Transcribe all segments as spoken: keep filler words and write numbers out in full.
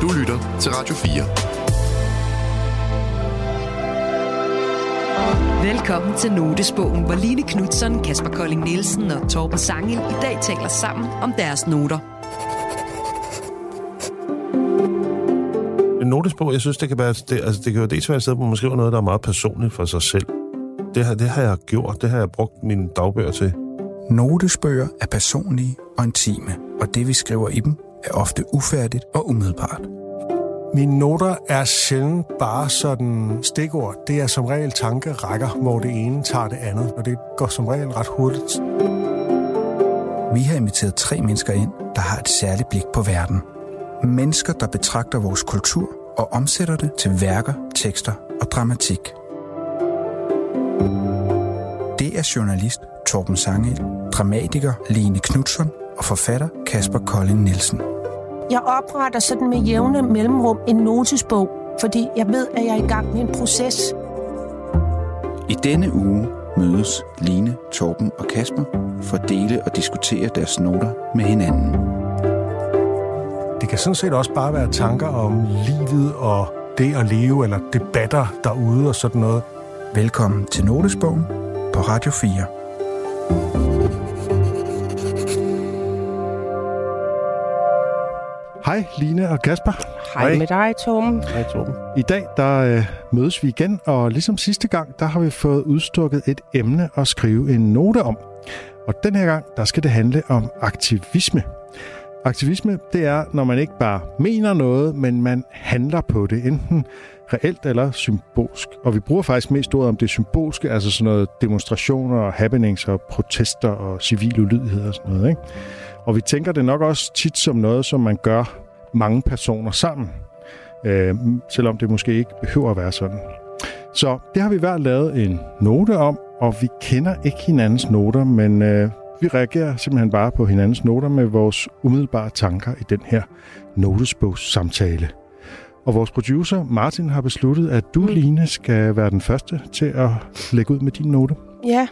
Du lytter til Radio fire. Velkommen til Notesbogen, hvor Line Knutzon, Kasper Kolding Nielsen og Torben Sangil i dag taler sammen om deres noter. En notesbog, jeg synes, det kan være, det, altså, det kan jo dels være et sted, hvor man skriver noget, der er meget personligt for sig selv. Det har, det har jeg gjort, det har jeg brugt mine dagbøger til. Notesbøger er personlige og intime, og det vi skriver i dem er ofte ufærdigt og umiddelbart. Mine noter er sjældent bare sådan stikord. Det er som regel tankerækker, hvor det ene tager det andet, og det går som regel ret hurtigt. Vi har inviteret tre mennesker ind, der har et særligt blik på verden. Mennesker, der betragter vores kultur og omsætter det til værker, tekster og dramatik. Det er journalist Torben Sangil, dramatiker Line Knutzon og forfatter Kasper Kolding Nielsen. Jeg opretter sådan med jævne mellemrum en notesbog, fordi jeg ved, at jeg er i gang med en proces. I denne uge mødes Line, Torben og Kasper for at dele og diskutere deres noter med hinanden. Det kan sådan set også bare være tanker om livet og det at leve, eller debatter derude og sådan noget. Velkommen til Notesbogen på Radio fire. Hej Line og Kasper. Hej, Hej med dig, Torben. Hej Torben. I dag der øh, mødes vi igen, og ligesom sidste gang, der har vi fået udstukket et emne at skrive en note om. Og den her gang, der skal det handle om aktivisme. Aktivisme, det er, når man ikke bare mener noget, men man handler på det, enten reelt eller symbolsk. Og vi bruger faktisk mest ordet om det symbolske, altså sådan noget demonstrationer, happenings og protester og civil ulydighed og sådan noget, ikke? Og vi tænker det nok også tit som noget, som man gør mange personer sammen, øh, selvom det måske ikke behøver at være sådan. Så det har vi hver lavet en note om, og vi kender ikke hinandens noter, men øh, vi reagerer simpelthen bare på hinandens noter med vores umiddelbare tanker i den her notesbogssamtale. Og vores producer Martin har besluttet, at du, Line, skal være den første til at lægge ud med din note. Ja.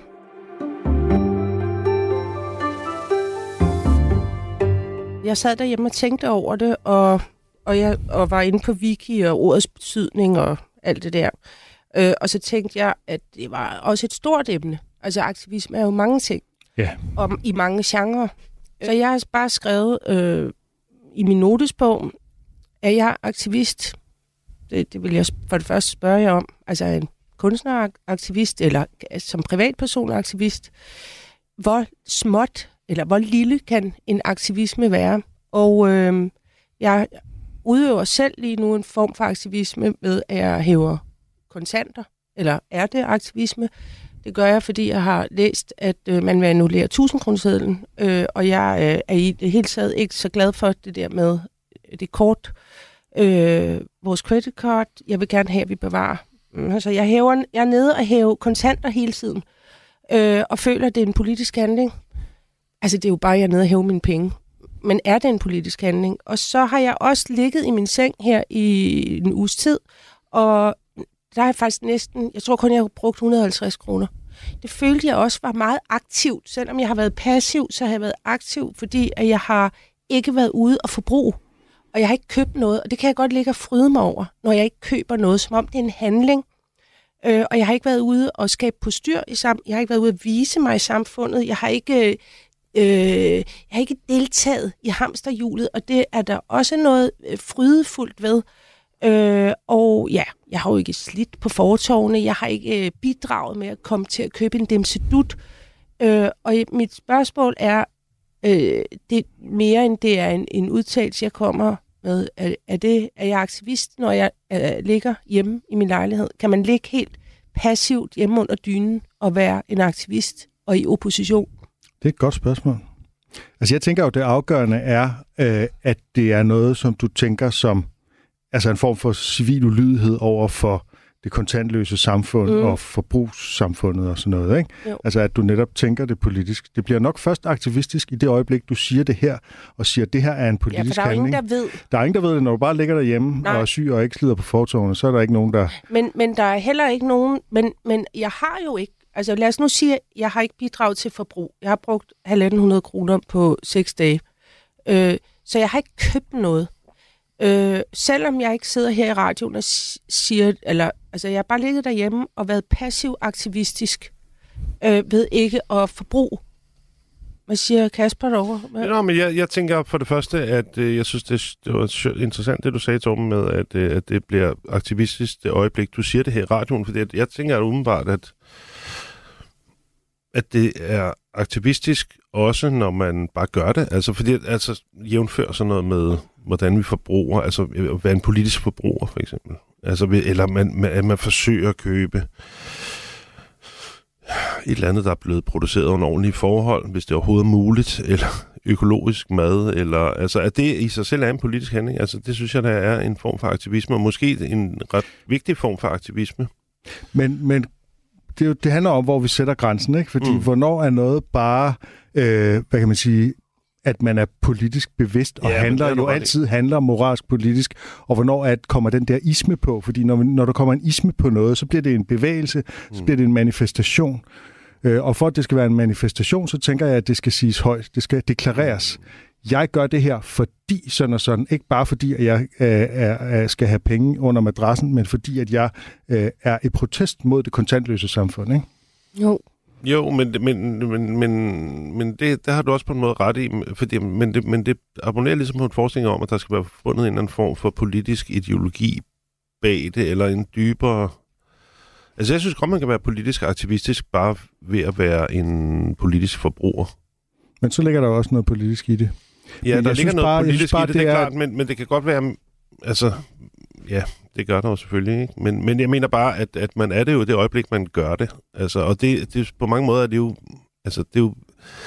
Jeg sad derhjemme og tænkte over det, og, og jeg og var inde på Wiki og ordets betydning og alt det der. Øh, og så tænkte jeg, at det var også et stort emne. Altså aktivisme er jo mange ting. Ja. Om, i mange genrer. Så jeg har bare skrevet øh, i min notesbog, er jeg aktivist? Det, det vil jeg for det første spørge jer om. Altså en kunstneraktivist, eller som privatpersonaktivist. Hvor småt, eller hvor lille kan en aktivisme være? Og øh, jeg udøver selv lige nu en form for aktivisme med, at jeg hæver kontanter. Eller er det aktivisme? Det gør jeg, fordi jeg har læst, at øh, man vil annullere tusind-kronesedlen, øh, og jeg øh, er i det hele taget ikke så glad for det der med det kort. Øh, vores credit card, jeg vil gerne have, at vi bevarer. Mm, altså, jeg, hæver, jeg er nede og hæver kontanter hele tiden, øh, og føler, at det er en politisk handling. Altså, det er jo bare, at jeg er nede og hæver mine penge. Men er det en politisk handling? Og så har jeg også ligget i min seng her i en uges tid, og der har jeg faktisk næsten, jeg tror kun, jeg har brugt et hundrede og halvtreds kroner. Det følte jeg også var meget aktivt. Selvom jeg har været passiv, så har jeg været aktiv, fordi at jeg har ikke været ude og forbruge. Og jeg har ikke købt noget, og det kan jeg godt ligge og fryde mig over, når jeg ikke køber noget, som om det er en handling. Øh, og jeg har ikke været ude og skabe postyr i sammen. Jeg har ikke været ude at vise mig i samfundet. Jeg har ikke, øh, jeg har ikke deltaget i hamsterhjulet, og det er der også noget frydefuldt ved. Øh, og ja, jeg har jo ikke slidt på fortovene, jeg har ikke øh, bidraget med at komme til at købe en demsedut. Øh, og mit spørgsmål er, øh, det er mere end det er en, en udtalelse, jeg kommer med. Er, er, det, er jeg aktivist, når jeg øh, ligger hjemme i min lejlighed? Kan man ligge helt passivt hjemme under dynen og være en aktivist og i opposition? Det er et godt spørgsmål. Altså jeg tænker jo, det afgørende er, øh, at det er noget, som du tænker som altså en form for civil ulydighed over for det kontantløse samfund mm. og forbrugssamfundet og sådan noget, ikke? Jo. Altså at du netop tænker det politisk. Det bliver nok først aktivistisk i det øjeblik, du siger det her, og siger, at det her er en politisk ja, for der er handling. Ingen, der ved. Der er ingen, der ved det. Når du bare ligger derhjemme Nej. og er syg og ikke slider på fortovene, så er der ikke nogen, der... Men, men der er heller ikke nogen... Men, men jeg har jo ikke... Altså lad os nu sige, at jeg har ikke bidraget til forbrug. Jeg har brugt halvanden hundrede kroner på seks dage. Øh, så jeg har ikke købt noget. Øh, selvom jeg ikke sidder her i radioen og siger, eller altså jeg har bare ligget derhjemme og været passiv aktivistisk, øh, ved ikke at forbruge. Hvad siger Kasper derovre? Hvad? Nå, men jeg, jeg tænker for det første, at øh, jeg synes, det, det var interessant, det du sagde, Torben, med, at, øh, at det bliver aktivistisk det øjeblik, du siger det her i radioen, fordi jeg, jeg tænker at umiddelbart, at, at det er aktivistisk også, når man bare gør det. Altså, fordi altså, jævnfører sådan noget med, hvordan vi forbruger, altså at være en politisk forbruger, for eksempel. Altså, eller man, at man forsøger at købe et eller andet, der er blevet produceret under ordentlige forhold, hvis det overhovedet er muligt, eller økologisk mad, eller altså at det i sig selv er en politisk handling. Altså det synes jeg, der er en form for aktivisme, og måske en ret vigtig form for aktivisme. Men, men det, er jo, det handler om, hvor vi sætter grænsen, ikke? Fordi mm. hvornår er noget bare, øh, hvad kan man sige, at man er politisk bevidst og ja, handler jo altid handler moralsk politisk, og hvornår at kommer den der isme på, fordi når, når der kommer en isme på noget, så bliver det en bevægelse, mm. så bliver det en manifestation. Øh, og for at det skal være en manifestation, så tænker jeg, at det skal siges højt, det skal deklareres. Jeg gør det her, fordi sådan og sådan, ikke bare fordi, at jeg øh, er, er, skal have penge under madrassen, men fordi, at jeg øh, er i protest mod det kontantløse samfund, ikke? Jo. Jo, men, men, men, men, men det, der har du også på en måde ret i, fordi, men, det, men det abonnerer ligesom på en forskning om, at der skal være fundet en eller anden form for politisk ideologi bag det, eller en dybere... Altså jeg synes godt, man kan være politisk aktivistisk bare ved at være en politisk forbruger. Men så ligger der også noget politisk i det. Ja, men der ligger noget bare, politisk bare, i det, det det er er klart, men, men det kan godt være... Altså, ja, det gør der jo selvfølgelig, ikke? Men, men jeg mener bare, at, at man er det jo det øjeblik, man gør det. Altså, og det, det på mange måder er det jo... Altså, det er jo...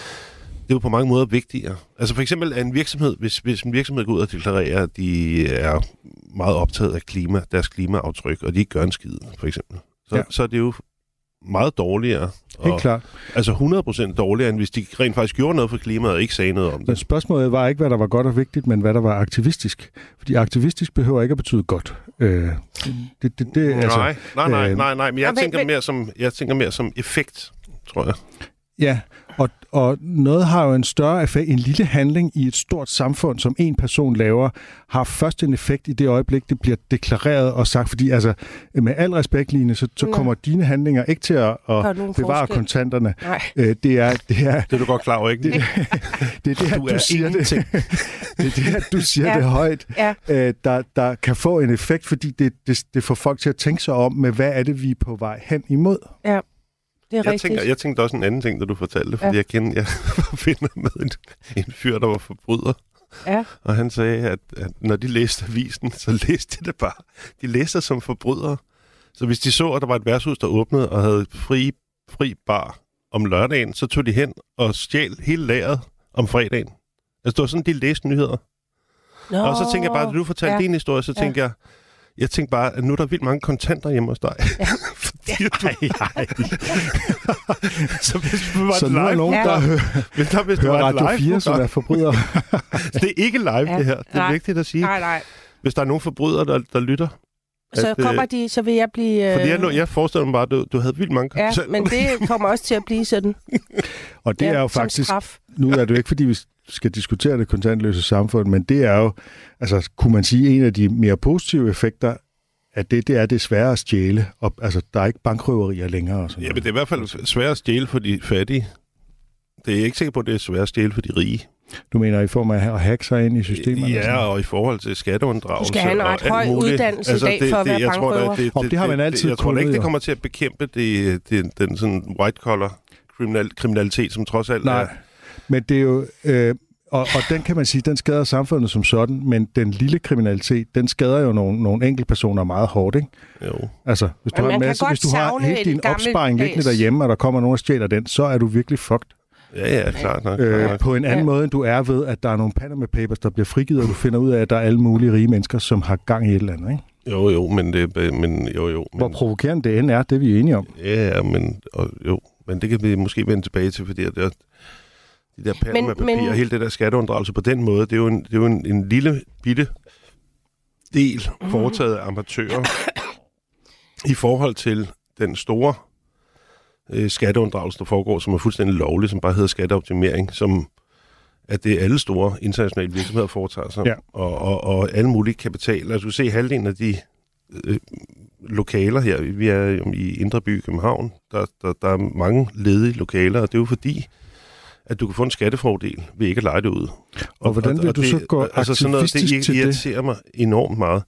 Det er jo på mange måder vigtigere. Altså for eksempel er en virksomhed, hvis, hvis en virksomhed går ud og deklarerer, at de er meget optaget af klima, deres klimaaftryk, og de ikke gør en skid, for eksempel. Så, ja. så er det jo meget dårligere. Helt klart. Altså hundrede procent dårligere, end hvis de rent faktisk gjorde noget for klimaet og ikke sagde noget om det. Men spørgsmålet var ikke, hvad der var godt og vigtigt, men hvad der var aktivistisk. Fordi aktivistisk behøver ikke at betyde godt. Øh, det, det, det, altså, nej, nej, nej, øh, nej, nej, men jeg, men, tænker men, mere som, jeg tænker mere som effekt, tror jeg. Ja, og, og noget har jo en større effekt. En lille handling i et stort samfund, som en person laver, har først en effekt i det øjeblik, det bliver deklareret og sagt. Fordi altså, med al respekt, Line, så, så kommer dine handlinger ikke til at, at bevare forskel. Kontanterne. Øh, det, er, det, er, det er du godt klar over, ikke? Det, det er det, at du, du siger det. Det er det, at du siger ja. det højt, ja. øh, der, der kan få en effekt, fordi det, det, det får folk til at tænke sig om, med hvad er det, vi er på vej hen imod. Ja. Jeg tænker, jeg tænkte også en anden ting, da du fortalte, fordi ja. jeg kender, jeg finder med en, en fyr, der var forbryder. Ja. Og han sagde, at, at når de læste avisen, så læste de det bare. De læste som forbrydere. Så hvis de så, at der var et værtshus, der åbnede og havde fri, fri bar om lørdagen, så tog de hen og stjal hele lageret om fredagen. Altså det var sådan, de læste nyheder. Nå, og så tænker jeg bare, at du fortalte ja. din historie, så tænker ja. jeg, Jeg tænkte bare, at nu er der vildt mange kontanter hjemme hos dig. Ja. Fordi du... ej, ej. Så hvis du var så live... nu er nogen, der hvis der, hvis hører Radio fire, som er forbrydere. Det er ikke live, ja. det her. Det er nej. vigtigt at sige. Nej, nej. Hvis der er nogen forbrydere, der, der lytter... Så at, kommer de, så vil jeg blive... Øh... Fordi jeg, jeg forestiller mig bare, at du, du havde vildt mange kontanter. Ja, men det kommer også til at blive sådan. Og det ja, er jo faktisk... Nu er det jo ikke, fordi vi skal diskutere det kontantløse samfund, men det er jo, altså kunne man sige, en af de mere positive effekter, at det, det er det svære at stjæle. Og, altså, der er ikke bankrøverier længere. Og sådan ja, men det er i hvert fald svært at stjæle for de fattige. Det er jeg ikke sikker på, at det er svært at stjæle for de rige. Du mener i form af at hacke sig ind i systemerne? Ja, og i forhold til skatteunddragelse. Du skal have en ret høj uddannelse altså, i dag for at være bankrøver. Det, det, det har man altid. Jeg tror ikke, det kommer til at bekæmpe det, det, den sådan white-collar kriminal, kriminalitet, som trods alt Nej, er... men det er jo... Øh, og, og den kan man sige, den skader samfundet som sådan, men den lille kriminalitet, den skader jo nogle, nogle enkeltpersoner meget hårdt, ikke? Jo. Altså, hvis du men har, masse, hvis du har hele din opsparing liggende derhjemme, og der kommer nogen og stjæler den, så er du virkelig fucked. Ja, ja, klart nok. Øh, nok. På en anden ja. måde, end du er ved, at der er nogle Panama Papers, der bliver frigivet, og du finder ud af, at der er alle mulige rige mennesker, som har gang i et eller andet, ikke? Jo, jo, men det... Men, jo, jo, men... Hvor provokerende det end er, det er vi enige om. Ja, men... Og, jo, men det kan vi måske vende tilbage til, fordi det er... De der Panama-papirer og hele det der skatteunddragelse på den måde, det er jo en, det er jo en, en lille, bitte del foretaget af amatører i forhold til den store øh, skatteunddragelse, der foregår, som er fuldstændig lovlig, som bare hedder skatteoptimering, som at det er alle store internationale virksomheder foretager sig, ja. og, og, og alle mulige kapital. Altså, du kan se halvdelen af de øh, lokaler her, vi er i Indre By i København, der, der, der er mange ledige lokaler, og det er jo fordi, at du kan få en skattefordel ved ikke at leje det ud. Og, og hvordan vil og, og du det, så gå altså sådan noget, det til det? irriterer mig enormt meget.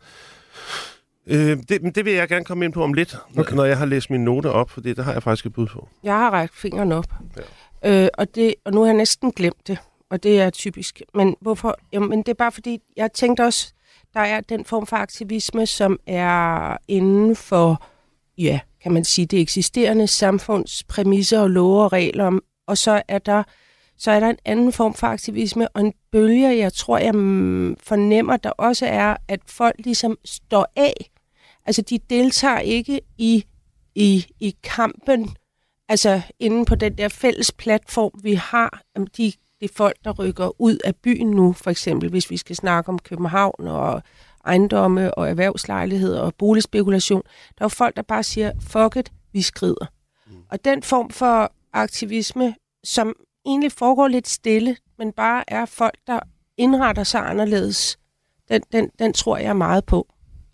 Øh, det, det vil jeg gerne komme ind på om lidt, okay. når jeg har læst mine noter op, for det der har jeg faktisk et bud på. Jeg har rækket fingeren op, ja. øh, og, det, og nu har jeg næsten glemt det, og det er typisk. Men hvorfor? Jamen, det er bare fordi, jeg tænkte også, der er den form for aktivisme, som er inden for, ja, kan man sige, det eksisterende samfunds præmisser og love og regler, og så er der så er der en anden form for aktivisme, og en bølge, jeg tror, jeg fornemmer, der også er, at folk ligesom står af. Altså, de deltager ikke i, i, i kampen, altså inden på den der fælles platform, vi har. De, de folk, der rykker ud af byen nu, for eksempel, hvis vi skal snakke om København og ejendomme og erhvervslejligheder og boligspekulation. Der er jo folk, der bare siger, fuck it, vi skrider. Mm. Og den form for aktivisme, som egentlig foregår lidt stille, men bare er folk, der indretter sig anderledes, den, den, den tror jeg meget på.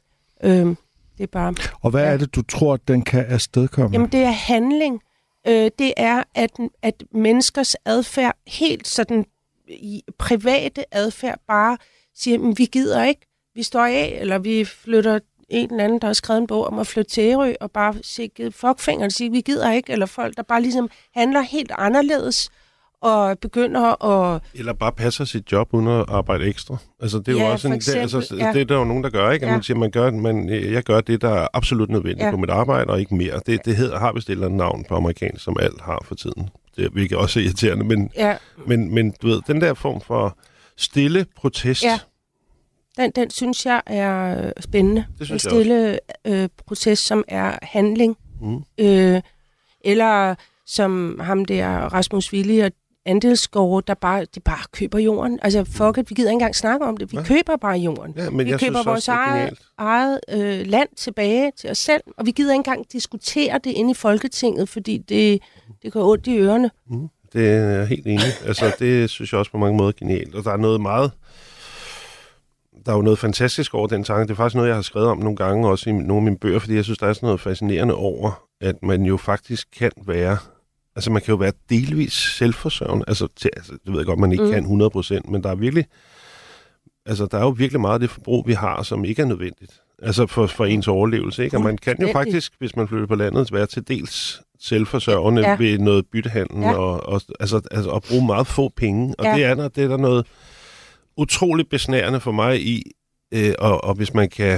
Øhm, det er bare, og hvad ja. er det, du tror, den kan afstedkomme? Jamen, det er handling. Øh, det er, at, at menneskers adfærd, helt sådan i private adfærd, bare siger, at vi gider ikke, vi står af, eller vi flytter en eller anden, der har skrevet en bog om at flytte til Ærø, og bare sige fuckfinger og sige, vi gider ikke, eller folk, der bare ligesom handler helt anderledes, og begynder at... Eller bare passer sit job uden at arbejde ekstra. Altså, det er ja, jo også en, eksempel, det, altså, ja. det er der jo nogen, der gør, ikke? At ja. man siger, man gør, man, jeg gør det, der er absolut nødvendigt ja. på mit arbejde, og ikke mere. Det, det hedder, har vist et eller andet navn på amerikansk, som alt har for tiden. Det er virkelig også irriterende, men, ja. men, men du ved, den der form for stille protest... Ja. Den, den synes jeg er spændende. Det synes en stille øh, protest, som er handling. Mm. Øh, eller som ham der, Rasmus Willi og andelsgårde, der bare, de bare køber jorden. Altså, fuck it, vi gider ikke engang snakke om det. Vi ja. køber bare jorden. Ja, men vi jeg køber synes vores også, eget, eget øh, land tilbage til os selv, og vi gider ikke engang diskutere det inde i Folketinget, fordi det, det går ondt i ørerne. Mm. Det er jeg helt enig. Altså, det synes jeg også på mange måder genialt. Og der er noget meget... Der er jo noget fantastisk over den tanke. Det er faktisk noget, jeg har skrevet om nogle gange, også i nogle af mine bøger, fordi jeg synes, der er sådan noget fascinerende over, at man jo faktisk kan være... Altså, man kan jo være delvis selvforsørgende. Altså, til, altså det ved jeg godt, man ikke mm. kan hundrede procent, men der er virkelig... Altså, der er jo virkelig meget af det forbrug, vi har, som ikke er nødvendigt. Altså, for, for ens overlevelse, ikke? Og man kan jo faktisk, hvis man flytter på landet, være til dels selvforsørgende ja. ved noget byttehandel, ja. og, og altså, altså at bruge meget få penge. Og ja. det er der, det er der noget utroligt besnærende for mig i, øh, og, og hvis man kan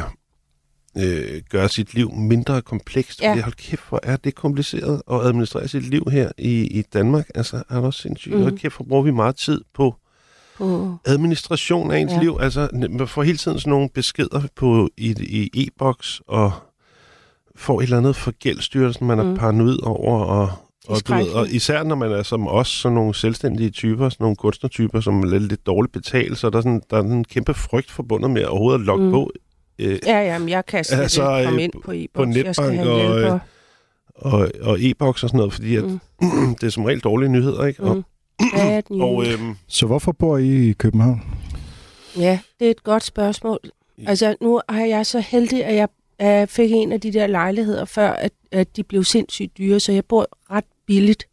øh, gøre sit liv mindre komplekst, ja. fordi hold kæft, hvor er det kompliceret at administrere sit liv her i, i Danmark. Altså, er det også sindssygt. Mm. Hold kæft, hvor bruger vi meget tid på på administration af ens ja. liv. Altså, man får hele tiden sådan nogle beskeder på i, i e-boks, og får et eller andet fra Gældsstyrelsen, man er mm. paranoid over, og, og, du ved, og især når man er som os, sådan nogle selvstændige typer, sådan nogle kunstnertyper, som er lidt, lidt dårligt betalt, så er der sådan, der er en kæmpe frygt forbundet med at overhovedet at logge mm. på. Øh, ja, jamen, jeg kan slet altså, ikke komme ind på e-boks. På netbank og, og, og e-boks og sådan noget, fordi at, mm. det er som regel dårlige nyheder, ikke? Mm. Og, og, øhm, så hvorfor bor I i København? Ja, det er et godt spørgsmål. Altså, nu er jeg så heldig, at jeg, at jeg fik en af de der lejligheder, før at, at de blev sindssygt dyre, så jeg bor ret billigt.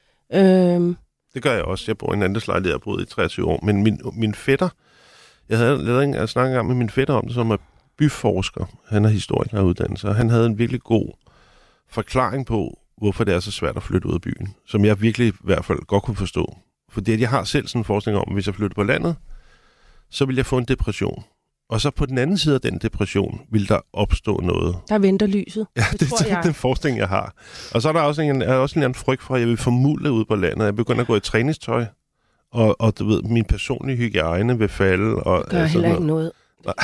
Øhm. Det gør jeg også. Jeg bor i en andelslejlighed, jeg har boet i treogtyve år. Men min, min fætter, jeg havde lavet en, jeg snakkede engang med min fætter om det, som er byforsker. Han er historiker af uddannelse, og han havde en virkelig god forklaring på, hvorfor det er så svært at flytte ud af byen, som jeg virkelig i hvert fald godt kunne forstå. Fordi at jeg har selv sådan en forskning om, at hvis jeg flytter på landet, så vil jeg få en depression. Og så på den anden side af den depression, vil der opstå noget. Der venter lyset. Ja, det, det tror jeg. Det er den forskning, jeg har. Og så er der også en, er også en anden frygt for, at jeg vil formulde ude på landet. Jeg begynder at gå i træningstøj, og, og du ved, min personlige hygiejne vil falde. Og, det gør heller ikke noget. Nej,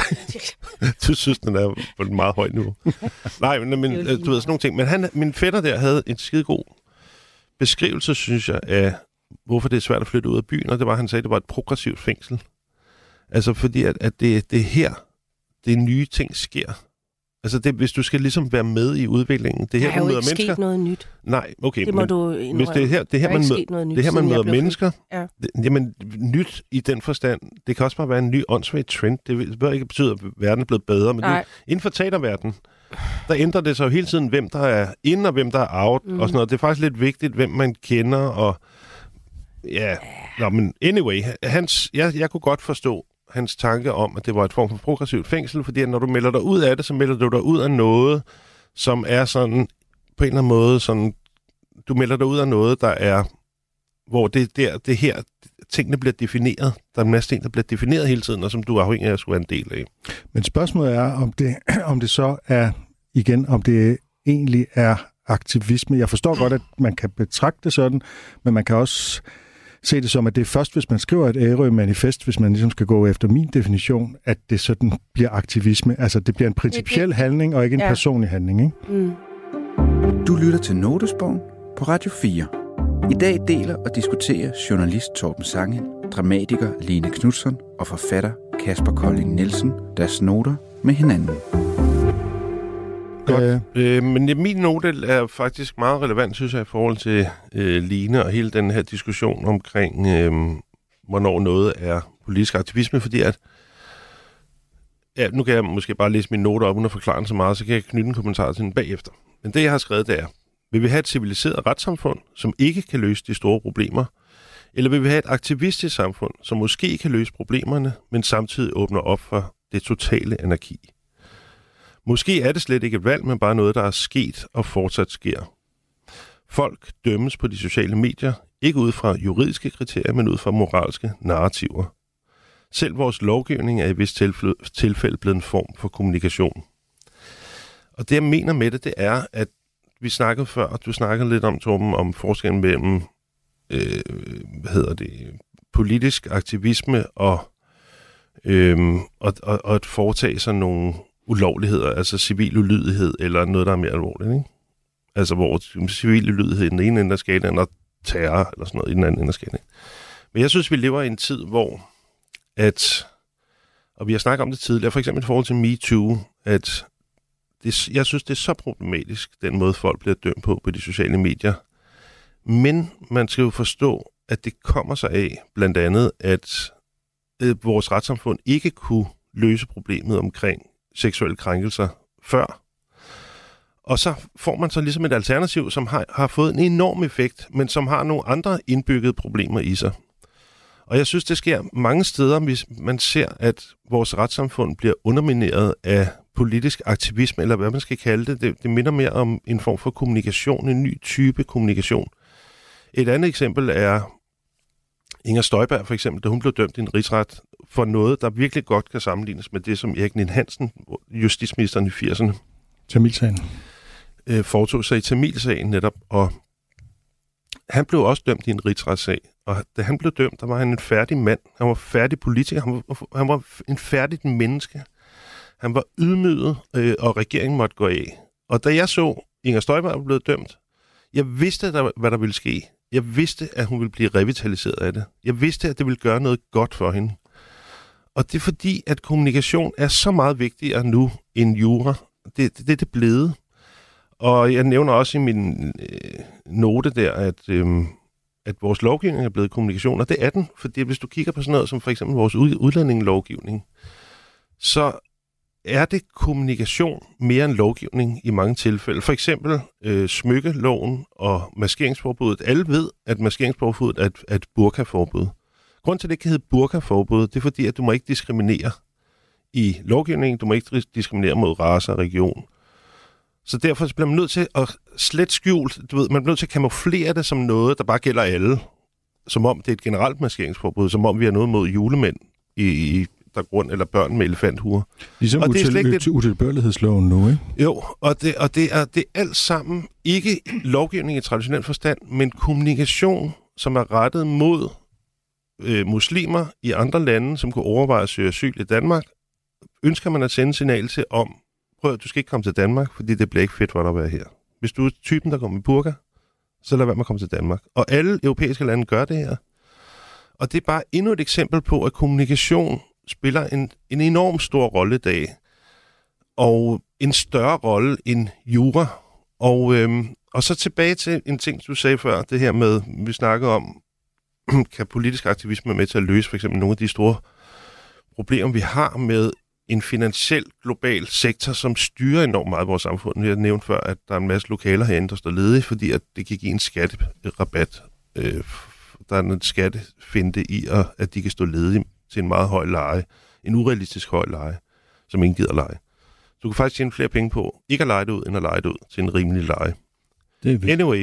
du synes, den er på et meget højt niveau. Nej, men, men du ved sådan nogle ting. Men han, min fætter der havde en skide god beskrivelse, synes jeg, af hvorfor det er svært at flytte ud af byen. Og det var, han sagde, det var et progressivt fængsel. Altså fordi, at, at det, det er her, det nye ting sker. Altså, det, hvis du skal ligesom være med i udviklingen. Det her, der er du jo møder ikke mennesker. sket noget nyt. Nej, okay. Det må men du indrømme. hvis det er her, det her, man, møder, nyt, det her, man møder mennesker, ja. det, jamen, nyt i den forstand, det kan også bare være en ny åndssvag trend. Det bør ikke betyde, at verden er blevet bedre, men det, inden for teaterverdenen, der ændrer det sig jo hele tiden, hvem der er inde og hvem der er out, mm. og sådan noget. Det er faktisk lidt vigtigt, hvem man kender, og ja, nå, men anyway, hans, jeg, jeg kunne godt forstå hans tanke om, at det var et form for progressivt fængsel, fordi når du melder dig ud af det, så melder du dig ud af noget, som er sådan, på en eller anden måde, sådan, du melder dig ud af noget, der er, hvor det der, det her, tingene bliver defineret. Der er en masse ting, der bliver defineret hele tiden, og som du er afhængig af at skulle være en del af. Men spørgsmålet er, om det, om det så er, igen, om det egentlig er aktivisme. Jeg forstår godt, at man kan betragte det sådan, men man kan også se det som, at det er først, hvis man skriver et Ærø-manifest, hvis man ligesom skal gå efter min definition, at det sådan bliver aktivisme. Altså, det bliver en principiel handling, og ikke en ja. personlig handling, ikke? Mm. Du lytter til Notesbogen på Radio fire. I dag deler og diskuterer journalist Torben Sangel, dramatiker Line Knutzon og forfatter Kasper Colling Nielsen deres noter med hinanden. Godt. Øh, men min note er faktisk meget relevant, synes jeg, i forhold til øh, Line og hele den her diskussion omkring, øh, hvornår noget er politisk aktivisme, fordi at, ja, nu kan jeg måske bare læse mine noter op, uden at forklare den så meget, så kan jeg knytte en kommentar til den bagefter. Men det, jeg har skrevet, det er, vil vi have et civiliseret retssamfund, som ikke kan løse de store problemer, eller vil vi have et aktivistisk samfund, som måske kan løse problemerne, men samtidig åbner op for det totale anarki? Måske er det slet ikke et valg, men bare noget, der er sket og fortsat sker. Folk dømmes på de sociale medier, ikke ud fra juridiske kriterier, men ud fra moralske narrativer. Selv vores lovgivning er i vist tilfælde blevet en form for kommunikation. Og det, jeg mener med det, det er, at vi snakkede før, og du snakkede lidt om, Torben, om forskellen mellem øh, hvad hedder det, politisk aktivisme og, øh, og, og, og at foretage sig nogle ulovligheder, altså civil ulydighed, eller noget, der er mere alvorligt, ikke? Altså, hvor civil ulydighed i den ene ende af skalaen, og terror, eller sådan noget, i den anden ende af skalaen. Men jeg synes, vi lever i en tid, hvor at, og vi har snakket om det tidligere, for eksempel i forhold til MeToo, at det, jeg synes, det er så problematisk, den måde, folk bliver dømt på på de sociale medier. Men man skal jo forstå, at det kommer sig af, blandt andet, at øh, vores retssamfund ikke kunne løse problemet omkring seksuelle krænkelser før. Og så får man så ligesom et alternativ, som har, har fået en enorm effekt, men som har nogle andre indbyggede problemer i sig. Og jeg synes, det sker mange steder, hvis man ser, at vores retssamfund bliver undermineret af politisk aktivisme, eller hvad man skal kalde det. Det, det minder mere om en form for kommunikation, en ny type kommunikation. Et andet eksempel er Inger Støjberg, for eksempel, da hun blev dømt i en rigsret for noget, der virkelig godt kan sammenlignes med det, som Erik Ninn-Hansen, justitsministeren i firserne, Tamilsagen, øh, foretog sig i Tamilsagen netop, og han blev også dømt i en rigsretssag, og da han blev dømt, der var han en færdig mand, han var færdig politiker, han var, han var en færdig menneske, han var ydmyget, øh, og regeringen måtte gå af. Og da jeg så Inger Støjberg blev dømt, jeg vidste, der, hvad der ville ske. Jeg vidste, at hun ville blive revitaliseret af det. Jeg vidste, at det ville gøre noget godt for hende. Og det er fordi, at kommunikation er så meget vigtigere nu end jura. Det, det, det er det blevet. Og jeg nævner også i min øh, note der, at, øh, at vores lovgivning er blevet kommunikation, og det er den. Fordi hvis du kigger på sådan noget som for eksempel vores udlændingelovgivning, så er det kommunikation mere end lovgivning i mange tilfælde. For eksempel øh, smykkeloven og maskeringsforbuddet. Alle ved, at maskeringsforbuddet er et, er et burkaforbud. Grunden til, at det ikke kan hedde burkaforbud, det er fordi, at du må ikke diskriminere i lovgivningen. Du må ikke diskriminere mod race og religion. Så derfor bliver man nødt til at slet skjult, du ved, man bliver nødt til at kamuflere det som noget, der bare gælder alle. Som om det er et generelt maskeringsforbud, som om vi har noget mod julemænd i, i der grund, eller børn med elefanthuer. Ligesom util, utilbørlighedsloven nu, ikke? Jo, og, det, og det, er, det er alt sammen ikke lovgivning i traditionel forstand, men kommunikation, som er rettet mod øh, muslimer i andre lande, som kunne overveje at søge asyl i Danmark. Ønsker man at sende signal til om, prøv at du skal ikke komme til Danmark, fordi det bliver ikke fedt for dig at være her. Hvis du er typen, der kommer i burka, så lad være med at komme til Danmark. Og alle europæiske lande gør det her. Og det er bare endnu et eksempel på, at kommunikation spiller en, en enorm stor rolle i dag. Og en større rolle end jura. Og, øhm, og så tilbage til en ting, du sagde før, det her med, vi snakkede om, kan politisk aktivisme være med til at løse for eksempel nogle af de store problemer, vi har med en finansiel global sektor, som styrer enormt meget i vores samfund. Jeg nævnte før, at der er en masse lokaler herinde, der står ledige, fordi at det kan give en skatterabat. Øh, der er en skattefinte i, at de kan stå ledige til en meget høj leje. En urealistisk høj leje, som ingen gider leje. Så du kan faktisk tjene flere penge på ikke at leje det ud, end at leje det ud til en rimelig leje. Det er anyway,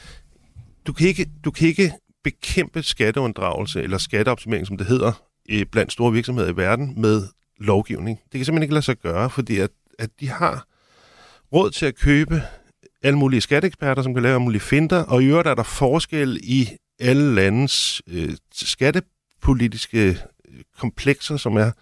du kan ikke, du kan ikke bekæmpe skatteunddragelse eller skatteoptimering, som det hedder, blandt store virksomheder i verden med lovgivning. Det kan simpelthen ikke lade sig gøre, fordi at, at de har råd til at købe alle mulige skatteeksperter, som kan lave alle mulige finter, og i øvrigt er der forskel i alle landets øh, skattepolitiske komplekser, som er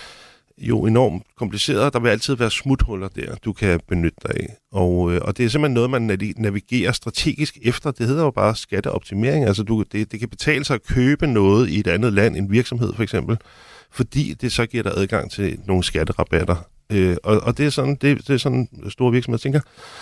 jo enormt kompliceret. Der vil altid være smuthuller der, du kan benytte dig af. Og, øh, og det er simpelthen noget, man navigerer strategisk efter. Det hedder jo bare skatteoptimering. Altså du, det, det kan betale sig at købe noget i et andet land, en virksomhed for eksempel, fordi det så giver dig adgang til nogle skatterabatter. Øh, og, og det er sådan, det, det er sådan store virksomheder tænker.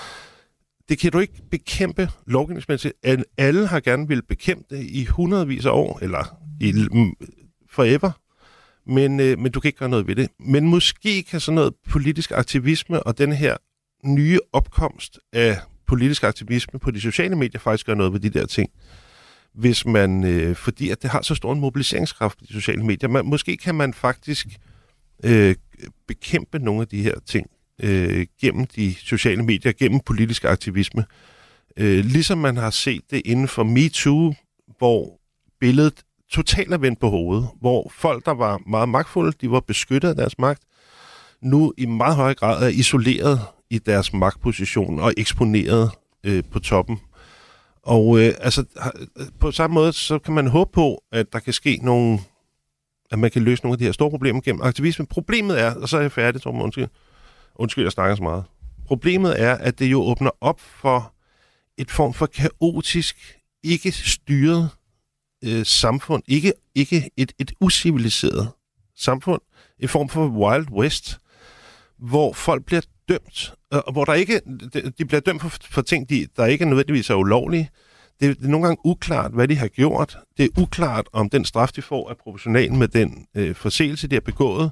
Det kan du ikke bekæmpe lovgivningsmæssigt. Alle har gerne ville bekæmpe det i hundredvis af år, eller i forever. Men, øh, men du kan ikke gøre noget ved det. Men måske kan sådan noget politisk aktivisme og den her nye opkomst af politisk aktivisme på de sociale medier faktisk gøre noget ved de der ting. Hvis man, øh, fordi at det har så stor en mobiliseringskraft på de sociale medier. Man, måske kan man faktisk øh, bekæmpe nogle af de her ting øh, gennem de sociale medier, gennem politisk aktivisme. Øh, ligesom man har set det inden for MeToo, hvor billedet totalt er vendt på hovedet, hvor folk, der var meget magtfulde, de var beskyttet af deres magt, nu i meget høj grad er isoleret i deres magtposition og eksponeret øh, på toppen. Og øh, altså, på samme måde, så kan man håbe på, at der kan ske nogle, at man kan løse nogle af de her store problemer gennem aktivisme. Problemet er, og så er jeg færdig, Torben, undskyld, undskyld, jeg snakker så meget. Problemet er, at det jo åbner op for et form for kaotisk, ikke styret øh, samfund, ikke, ikke et, et uciviliseret samfund, en form for Wild West, hvor folk bliver dømt, og hvor der ikke, de bliver dømt for, for ting, de, der ikke nødvendigvis er ulovlige. Det, det er nogle gange uklart, hvad de har gjort. Det er uklart, om den straf, de får, er proportional med den øh, forseelse, de har begået.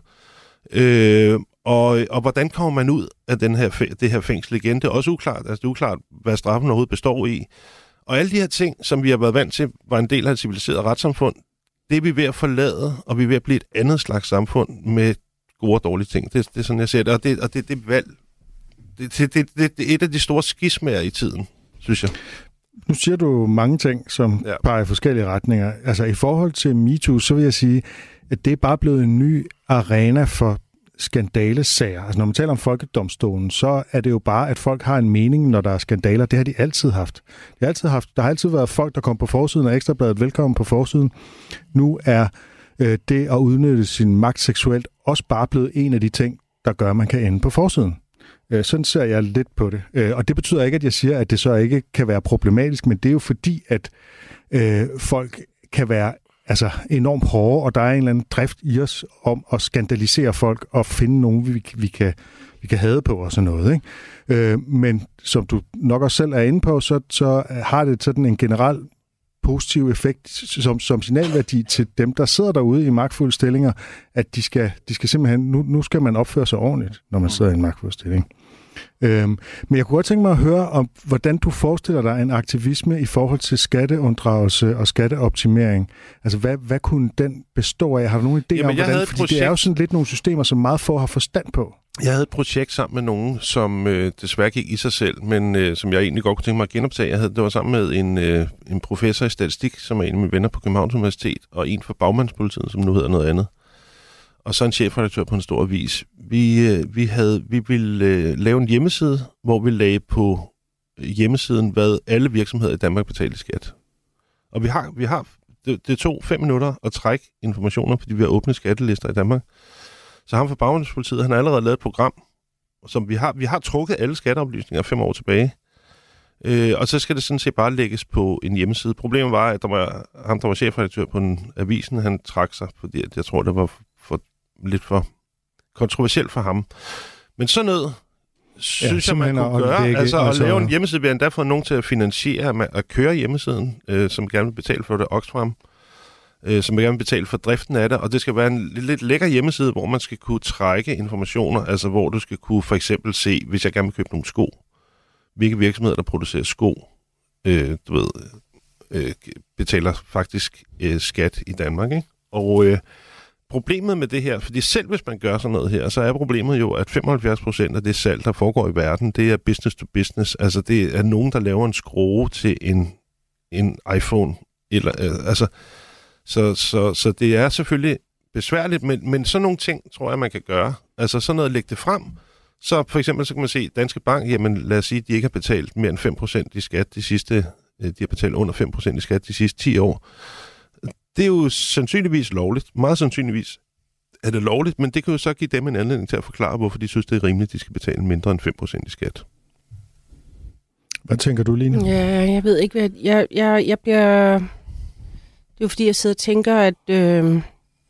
Øh, og, og hvordan kommer man ud af den her, det her fængsel igen? Det er også uklart, altså det er uklart, hvad straffen overhovedet består i. Og alle de her ting, som vi har været vant til, var en del af et civiliseret retssamfund, det er vi ved at forlade, og vi er ved at blive et andet slags samfund med gode og dårlige ting. Det, det er sådan, jeg ser det. Og det, og det, det valg, det, det, det, det, det er et af de store skismaer i tiden, synes jeg. Nu siger du mange ting, som ja. peger i forskellige retninger. Altså i forhold til MeToo, så vil jeg sige, at det er bare blevet en ny arena for skandalesager. Altså når man taler om folkedomstolen, så er det jo bare, at folk har en mening, når der er skandaler. Det har de altid haft. De har altid haft. Der har altid været folk, der kom på forsiden af Ekstrabladet, velkommen på forsiden. Nu er øh, det at udnytte sin magt seksuelt også bare blevet en af de ting, der gør, at man kan ende på forsiden. Øh, sådan ser jeg lidt på det. Øh, og det betyder ikke, at jeg siger, at det så ikke kan være problematisk, men det er jo fordi, at øh, folk kan være altså enormt hårde, og der er en eller anden drift i os om at skandalisere folk og finde nogen, vi, vi, kan, vi kan hade på og sådan noget. Ikke? Øh, men som du nok også selv er inde på, så, så har det sådan en generel positiv effekt som, som signalværdi til dem, der sidder derude i magtfulde stillinger, at de skal, de skal simpelthen, nu, nu skal man opføre sig ordentligt, når man sidder i en magtfuld stilling. Øhm, men jeg kunne godt tænke mig at høre om, hvordan du forestiller dig en aktivisme i forhold til skatteunddragelse og skatteoptimering. Altså, hvad, hvad kunne den bestå af? Har du nogen idé Jamen, om, hvordan? Fordi projekt... det er jo sådan lidt nogle systemer, som meget få har forstand på. Jeg havde et projekt sammen med nogen, som øh, desværre gik i sig selv, men øh, som jeg egentlig godt kunne tænke mig at genoptage. Jeg havde, det var sammen med en, øh, en professor i statistik, som er en af mine venner på Københavns Universitet, og en fra Bagmandspolitiet, som nu hedder noget andet. Og så en chefredaktør på en stor avis. Vi, øh, vi, havde, vi ville øh, lave en hjemmeside, hvor vi lagde på hjemmesiden, hvad alle virksomheder i Danmark betaler i skat. Og vi har, vi har det, det tog fem minutter at trække informationer, fordi vi har åbne skattelister i Danmark. Så ham fra Bagmandspolitiet, han har allerede lavet et program, som vi har, vi har trukket alle skatteoplysninger fem år tilbage. Øh, og så skal det sådan set bare lægges på en hjemmeside. Problemet var, at der var, ham, der var chefredaktør på den avisen, han trak sig, fordi jeg tror, det var for, lidt for kontroversielt for ham. Men sådan noget synes ja, jeg, man kunne gøre. Lægge, altså, altså at lave en hjemmeside, vi har endda fået nogen til at finansiere med at køre hjemmesiden, øh, som gerne vil betale for det, Oxfam, øh, som gerne vil betale for driften af det, og det skal være en lidt, lidt lækker hjemmeside, hvor man skal kunne trække informationer, altså hvor du skal kunne for eksempel se, hvis jeg gerne vil købe nogle sko, hvilke virksomheder, der producerer sko, øh, du ved, øh, betaler faktisk øh, skat i Danmark, ikke? Og øh, problemet med det her, fordi selv hvis man gør sådan noget her, så er problemet jo, at femoghalvfjerds procent af det salg, der foregår i verden, det er business to business. Altså det er nogen, der laver en skrue til en, en iPhone. Eller, øh, altså, så, så, så det er selvfølgelig besværligt, men, men sådan nogle ting, tror jeg, man kan gøre. Altså sådan noget, lægge det frem. Så for eksempel, så kan man se, Danske Bank, jamen lad os sige, at de ikke har betalt mere end fem procent i skat de sidste, de har betalt under fem procent i skat de sidste ti år. Det er jo sandsynligvis lovligt. Meget sandsynligvis er det lovligt, men det kan jo så give dem en anledning til at forklare, hvorfor de synes, det er rimeligt, at de skal betale mindre end fem procent i skat. Hvad tænker du, Line? Ja, jeg ved ikke, hvad... Jeg, jeg, jeg bliver... Det er jo fordi, jeg sidder og tænker, at, øh,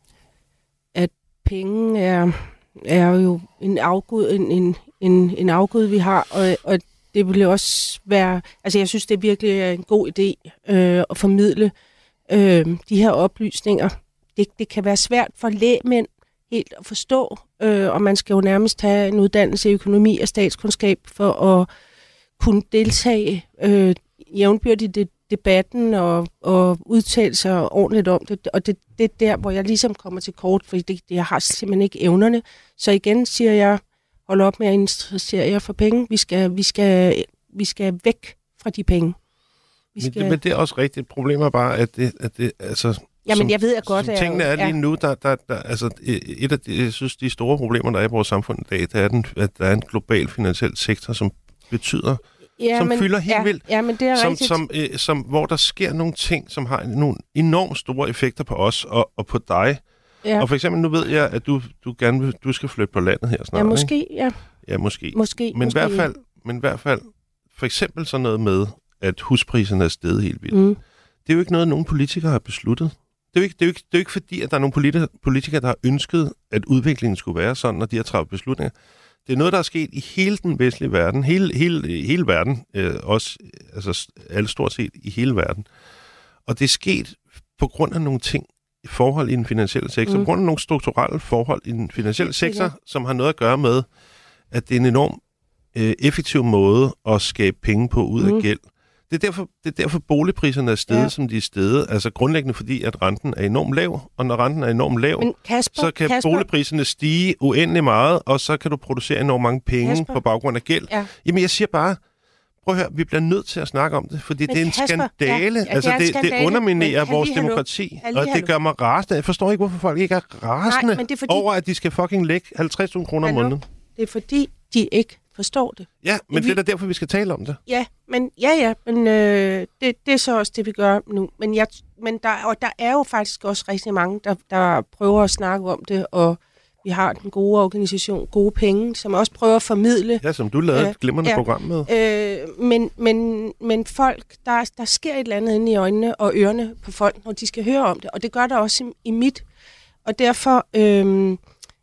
at penge er, er jo en afgud, en, en, en, en afgud, vi har, og, og det ville også være... Altså, jeg synes, det virkelig er en god idé øh, at formidle Øh, de her oplysninger. Det, det kan være svært for lægmænd helt at forstå, øh, og man skal jo nærmest have en uddannelse i økonomi og statskundskab for at kunne deltage øh, jævnbyrdigt i debatten og, og udtale sig ordentligt om det. Og det, det er der, hvor jeg ligesom kommer til kort, fordi det, jeg har simpelthen ikke evnerne. Så igen siger jeg, hold op med at interessere jer for penge. Vi skal, vi skal, vi skal væk fra de penge. Skal... Men, det, men det er også rigtigt. Problemet er bare, at det, at det altså... Jamen, som, jeg ved jeg godt, at tingene er lige ja. nu, der, der, der, altså, et af de, jeg synes, de store problemer, der er i vores samfund i dag, det er, den, at der er en global finansiel sektor, som betyder, ja, som men, fylder helt ja, vildt, ja, men det er som, rigtigt. som, øh, som, hvor der sker nogle ting, som har nogle enormt store effekter på os og, og på dig. Ja. Og for eksempel, nu ved jeg, at du, du gerne vil, du skal flytte på landet her snart. Ja, måske, ikke? ja. Ja, måske. Måske, men, måske. I hvert fald, men i hvert fald, for eksempel sådan noget med, at huspriserne er steget helt vildt. Mm. Det er jo ikke noget, nogen politikere har besluttet. Det er jo ikke, det er jo ikke, det er jo ikke fordi, at der er nogle politikere, der har ønsket, at udviklingen skulle være sådan, når de har træffet beslutninger. Det er noget, der er sket i hele den vestlige verden, hele, hele, hele verden, øh, også altså alle stort set i hele verden. Og det er sket på grund af nogle ting, forhold i den finansielle sektor, mm. på grund af nogle strukturelle forhold i den finansielle sektor, ja. som har noget at gøre med, at det er en enorm øh, effektiv måde at skabe penge på ud af mm. gæld. Det er derfor, det er derfor boligpriserne er steget, ja. som de er steget. Altså grundlæggende fordi, at renten er enormt lav, og når renten er enormt lav, Kasper, så kan Kasper. boligpriserne stige uendelig meget, og så kan du producere enormt mange penge Kasper. på baggrund af gæld. Ja. Jamen jeg siger bare, prøv at høre, vi bliver nødt til at snakke om det, fordi men det er en Kasper, skandale. Ja, ja, altså, det, det, skandale. det underminerer vores demokrati, og det gør mig rasende. Jeg forstår ikke, hvorfor folk ikke er rasende Nej, fordi... over, at de skal fucking lægge halvtreds tusind kroner om måneden. Det er fordi, de ikke forstår det. Ja, men det, vi... det er da derfor, vi skal tale om det. Ja, men ja, ja, men øh, det, det er så også det, vi gør nu. Men, jeg, men der, og der er jo faktisk også rigtig mange, der, der prøver at snakke om det, og vi har den gode organisation, Gode Penge, som også prøver at formidle. Ja, som du lavede øh, et glimrende ja, program med. Øh, men, men, men folk, der, der sker et eller andet inde i øjnene og ørerne på folk, når de skal høre om det, og det gør der også i, i mit. Og derfor... Øh,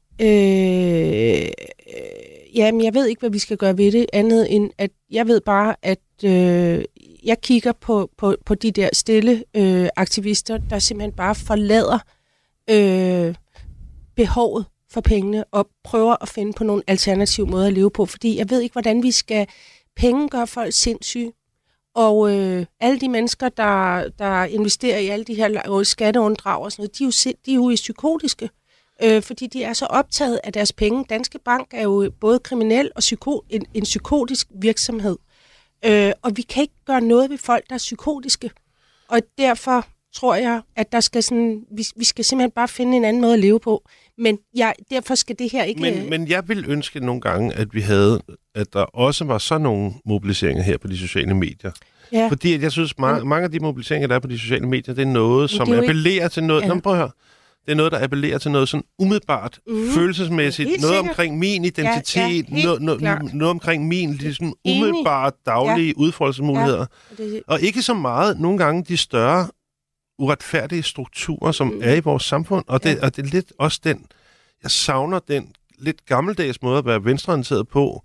øh, Jamen, jeg ved ikke, hvad vi skal gøre ved det, andet end, at jeg ved bare, at øh, jeg kigger på, på, på de der stille øh, aktivister, der simpelthen bare forlader øh, behovet for pengene og prøver at finde på nogle alternative måder at leve på, fordi jeg ved ikke, hvordan vi skal penge gøre folk sindssyge. Og øh, alle de mennesker, der, der investerer i alle de her skatteunddrag og sådan noget, de er jo, sind, de er jo psykotiske. Øh, fordi de er så optaget af deres penge. Danske Bank er jo både kriminel og psyko- en, en psykotisk virksomhed. Øh, og vi kan ikke gøre noget ved folk, der er psykotiske. Og derfor tror jeg, at der skal sådan, vi, vi skal simpelthen bare finde en anden måde at leve på. Men jeg, derfor skal det her ikke... Men, men jeg vil ønske nogle gange, at vi havde, at der også var sådan nogle mobiliseringer her på de sociale medier. Ja. Fordi at jeg synes, mange, mange af de mobiliseringer, der er på de sociale medier, det er noget, som appellerer ikke... til noget... Ja. Nå, prøv at høre. Det er noget, der appellerer til noget sådan umiddelbart, mm. følelsesmæssigt, helt noget sikkert. Omkring min identitet, ja, ja, noget, noget, noget omkring min de sådan umiddelbart daglige ja. udfoldelsesmuligheder. Ja. Det... Og ikke så meget, nogle gange de større uretfærdige strukturer, som mm. er i vores samfund. Og det, ja. og det er lidt også den, jeg savner den lidt gammeldags måde at være venstreorienteret på,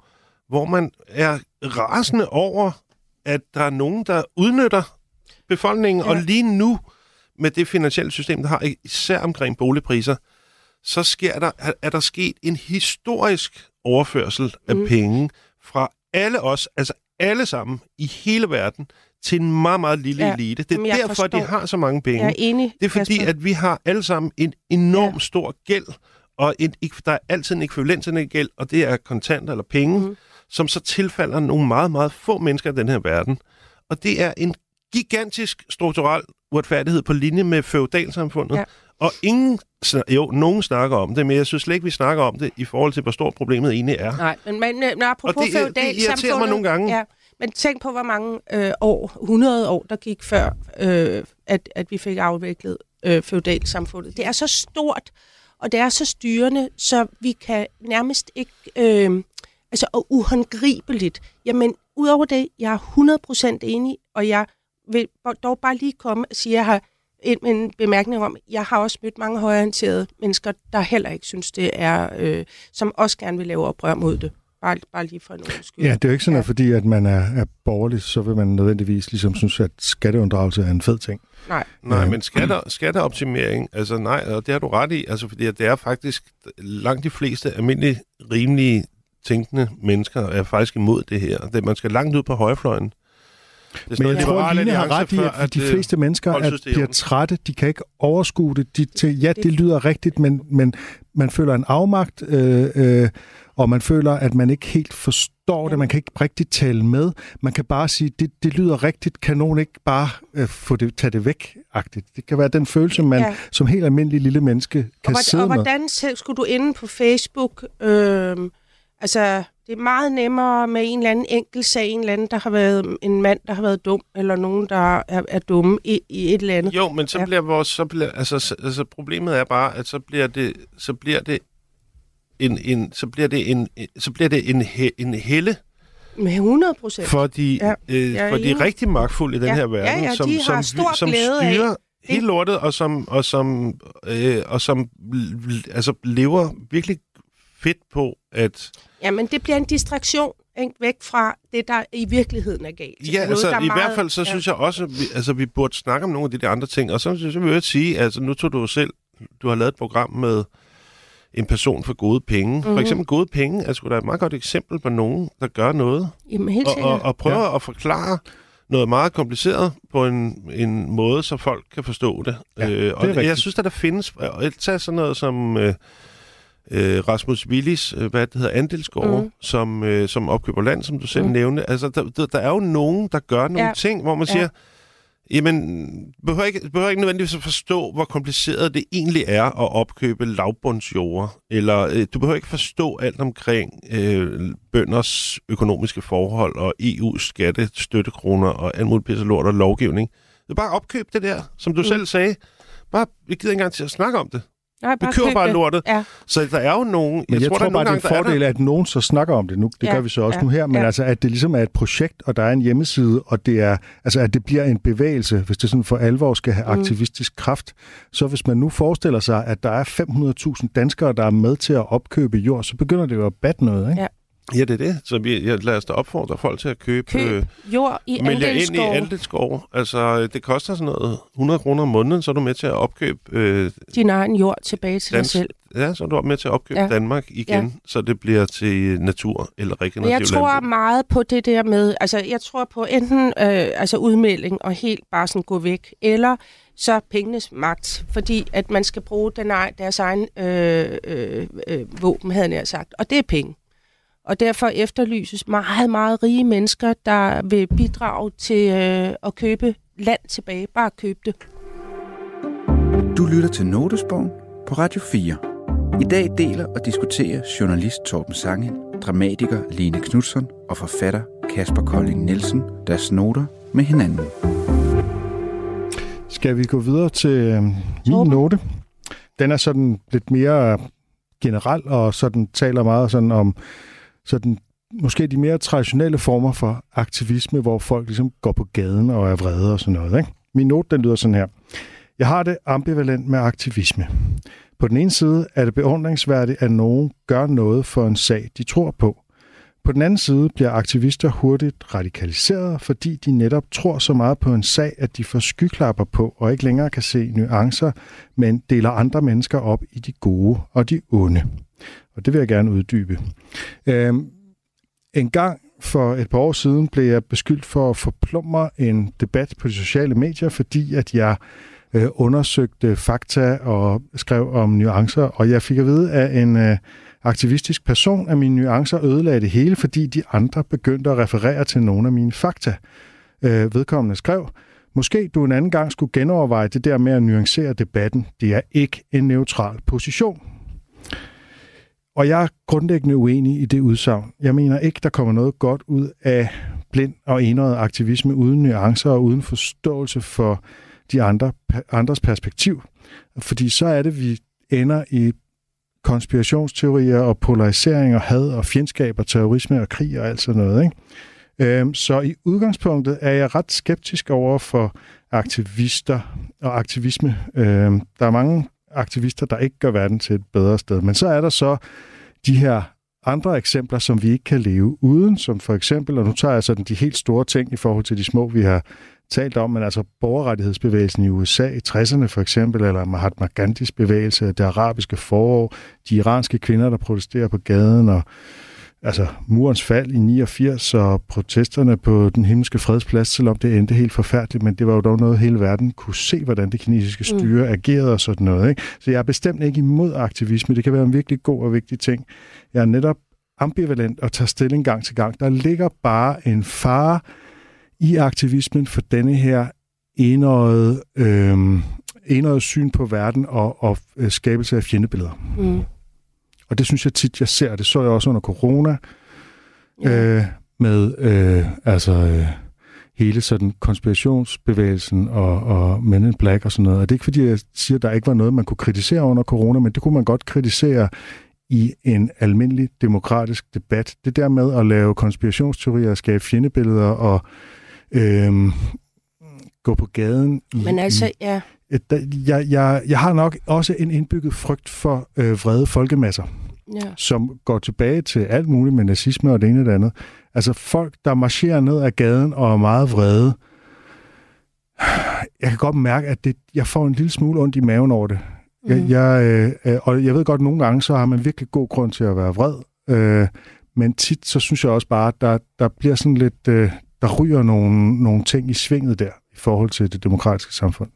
hvor man er rasende over, at der er nogen, der udnytter befolkningen, ja. Og lige nu, med det finansielle system, der har især omkring boligpriser, så sker der, er der sket en historisk overførsel af mm. penge fra alle os, altså alle sammen i hele verden, til en meget, meget lille ja. elite. Det er derfor, forstår. de har så mange penge. Jeg er enig, det er fordi, Kasper. at vi har alle sammen en enorm ja. stor gæld, og en, der er altid en ekvivalent til den gæld, og det er kontanter eller penge, mm. som så tilfalder nogle meget, meget få mennesker i den her verden. Og det er en gigantisk strukturel uretfærdighed på linje med feudalsamfundet. Ja. Og ingen, jo, nogen snakker om det, men jeg synes slet ikke, vi snakker om det i forhold til, hvor stort problemet egentlig er. Nej, men, men apropos og det, feudalsamfundet... det irriterer mig nogle gange. Ja, men tænk på, hvor mange øh, år, hundrede år, der gik før, øh, at, at vi fik afviklet øh, feudalsamfundet. Det er så stort, og det er så styrende, så vi kan nærmest ikke... Øh, altså, og uhåndgribeligt. Jamen, udover det, jeg er hundrede procent enig, og jeg vil dog bare lige komme og sige, at jeg har en, en bemærkning om, jeg har også mødt mange højreorienterede mennesker, der heller ikke synes, det er, øh, som også gerne vil lave oprør mod det. Bare, bare lige for en undskyld. Ja, det er jo ikke sådan, at fordi at man er, er borgerlig, så vil man nødvendigvis ligesom synes, at skatteunddragelse er en fed ting. Nej. Nej, men skatter, skatteoptimering, altså nej, og det har du ret i, altså fordi det er faktisk langt de fleste almindelige, rimelige, tænkende mennesker er faktisk imod det her. Det, man skal langt ud på højrefløjen. Men jeg tror, at Line har ret i, at, at de fleste mennesker at bliver trætte. De kan ikke overskue det. De til, ja, det lyder rigtigt, men, men man føler en afmagt, øh, øh, og man føler, at man ikke helt forstår det. Man kan ikke rigtigt tale med. Man kan bare sige, det, det lyder rigtigt. Kan nogen ikke bare øh, få det, tage det væk-agtigt? Det kan være den følelse, man ja. som helt almindelig lille menneske kan og, sidde og med. Og hvordan selv skulle du inde på Facebook... Øh, altså... Det er meget nemmere med en eller anden enkelt sag, en eller anden, der har været en mand, der har været dum, eller nogen, der er, er dumme i, i et eller andet. Jo, men så ja. bliver vores, så bliver, altså, altså problemet er bare, at så bliver det, så bliver det en, en så bliver det en, så bliver det en, en helle. Med hundrede procent. For de, ja. øh, for de er rigtig magtfulde i den ja. her verden, ja, ja, som, som, som styrer hele lortet, og som, og som, øh, og som altså, lever virkelig fedt på, at... Jamen, det bliver en distraktion, ikke, væk fra det, der i virkeligheden er galt. Ja, noget, altså i meget, hvert fald, så ja. synes jeg også, at vi, altså, vi burde snakke om nogle af de der andre ting. Og så synes jeg, vi vil sige, altså nu tog du selv, du har lavet et program med en person for gode penge. Mm-hmm. For eksempel gode penge er sgu da et meget godt eksempel på nogen, der gør noget. Jamen, helt og, og, og prøver ja. at forklare noget meget kompliceret på en, en måde, så folk kan forstå det. Ja, øh, og det jeg synes, at der findes... Tag sådan noget som... Øh, Øh, Rasmus Willis, øh, hvad det hedder, andelsgårde, mm. som, øh, som opkøber land, som du selv mm. nævnte. Altså, der, der, der er jo nogen, der gør nogle ja. ting, hvor man ja. siger, jamen, behøver ikke, behøver ikke nødvendigvis at forstå, hvor kompliceret det egentlig er at opkøbe lavbundsjord, eller øh, du behøver ikke forstå alt omkring øh, bønders økonomiske forhold, og E U's skatte, støttekroner, og alt muligt pisse lort og lovgivning. Det er bare opkøb det der, som du mm. selv sagde. Bare, vi gider ikke engang til at snakke om det. Nej, vi køber bare lortet. Ja. Så der er jo nogen... Men jeg, jeg tror, tror bare, det er en fordel, at nogen så snakker om det nu. Det ja. gør vi så også ja. nu her. Men ja. altså, at det ligesom er et projekt, og der er en hjemmeside, og det er, altså, at det bliver en bevægelse, hvis det sådan for alvor skal have mm. aktivistisk kraft. Så hvis man nu forestiller sig, at der er fem hundrede tusind danskere, der er med til at opkøbe jord, så begynder det jo at batte noget, ikke? Ja. Ja, det er det. Så vi, jeg lader os da opfordre folk til at købe... Køb jord i andelsskov. ind i andelsskov. Altså, det koster sådan noget hundrede kroner om måneden, så er du med til at opkøbe... Øh, din egen jord tilbage til dans, dig selv. Ja, så er du med til at opkøbe ja. Danmark igen, ja. så det bliver til natur eller regenerativ Jeg tror landbrug. meget på det der med... Altså, jeg tror på enten øh, altså udmelding og helt bare sådan gå væk, eller så pengenes magt, fordi at man skal bruge den, deres egen øh, øh, øh, våben, havde jeg sagt. Og det er penge. Og derfor efterlyses meget, meget rige mennesker, der vil bidrage til øh, at købe land tilbage. Bare købe det. Du lytter til Notesbogen på Radio fire. I dag deler og diskuterer journalist Torben Sangil, dramatiker Line Knutzon og forfatter Kasper Colling Nielsen deres noter med hinanden. Skal vi gå videre til øh, min Torben. note? Den er sådan lidt mere generel og sådan taler meget sådan om sådan måske de mere traditionelle former for aktivisme, hvor folk ligesom går på gaden og er vrede og sådan noget, ikke? Min note, den lyder sådan her. Jeg har det ambivalent med aktivisme. På den ene side er det beundringsværdigt, at nogen gør noget for en sag, de tror på. På den anden side bliver aktivister hurtigt radikaliseret, fordi de netop tror så meget på en sag, at de får skyklapper på og ikke længere kan se nuancer, men deler andre mennesker op i de gode og de onde. Og det vil jeg gerne uddybe. Øhm, en gang for et par år siden blev jeg beskyldt for at forplumre en debat på de sociale medier, fordi at jeg øh, undersøgte fakta og skrev om nuancer, og jeg fik at vide af en øh, aktivistisk person, at mine nuancer ødelagde det hele, fordi de andre begyndte at referere til nogle af mine fakta. Øh, vedkommende skrev, måske du en anden gang skulle genoverveje det der med at nuancere debatten. Det er ikke en neutral position. Og jeg er grundlæggende uenig i det udsagn. Jeg mener ikke, der kommer noget godt ud af blind og enøjet aktivisme uden nuancer og uden forståelse for de andre, andres perspektiv. Fordi så er det, vi ender i konspirationsteorier og polarisering og had og fjendskab og terrorisme og krig og alt sådan noget, ikke? Øhm, så i udgangspunktet er jeg ret skeptisk over for aktivister og aktivisme. Øhm, der er mange aktivister, der ikke gør verden til et bedre sted. Men så er der så de her andre eksempler, som vi ikke kan leve uden, som for eksempel, og nu tager jeg sådan de helt store ting i forhold til de små, vi har talt om, men altså borgerrettighedsbevægelsen i U S A i tresserne for eksempel, eller Mahatma Gandhis bevægelse, det arabiske forår, de iranske kvinder, der protesterer på gaden, og altså murens fald i niogfirs, og protesterne på den himmelske fredsplads, selvom det endte helt forfærdeligt, men det var jo dog noget, hele verden kunne se, hvordan det kinesiske styre mm. agerede og sådan noget, ikke? Så jeg er bestemt ikke imod aktivisme. Det kan være en virkelig god og vigtig ting. Jeg er netop ambivalent og tager stilling gang til gang. Der ligger bare en fare i aktivismen for denne her enøjede, øh, enøjede syn på verden og, og skabelse af fjendebilleder. Mm. Og det synes jeg tit, jeg ser. Det så jeg også under corona, ja. øh, med øh, altså øh, hele sådan konspirationsbevægelsen og, og Men in Black og sådan noget. Og det er ikke fordi, jeg siger, at der ikke var noget, man kunne kritisere under corona, men det kunne man godt kritisere i en almindelig demokratisk debat. Det der med at lave konspirationsteorier og skabe fjendebilleder og øhm, gå på gaden. I, Men altså, i, ja. Jeg, jeg, jeg har nok også en indbygget frygt for øh, vrede folkemasser, ja. som går tilbage til alt muligt med nazisme og det ene og det andet. Altså folk, der marcherer ned ad gaden og er meget vrede. Jeg kan godt mærke, at det, jeg får en lille smule ondt i maven over det. Jeg, jeg, øh, og jeg ved godt, at nogle gange, så har man virkelig god grund til at være vred. Øh, men tit, så synes jeg også bare, at der, der bliver sådan lidt, øh, der ryger nogle, nogle ting i svinget der, i forhold til det demokratiske samfund.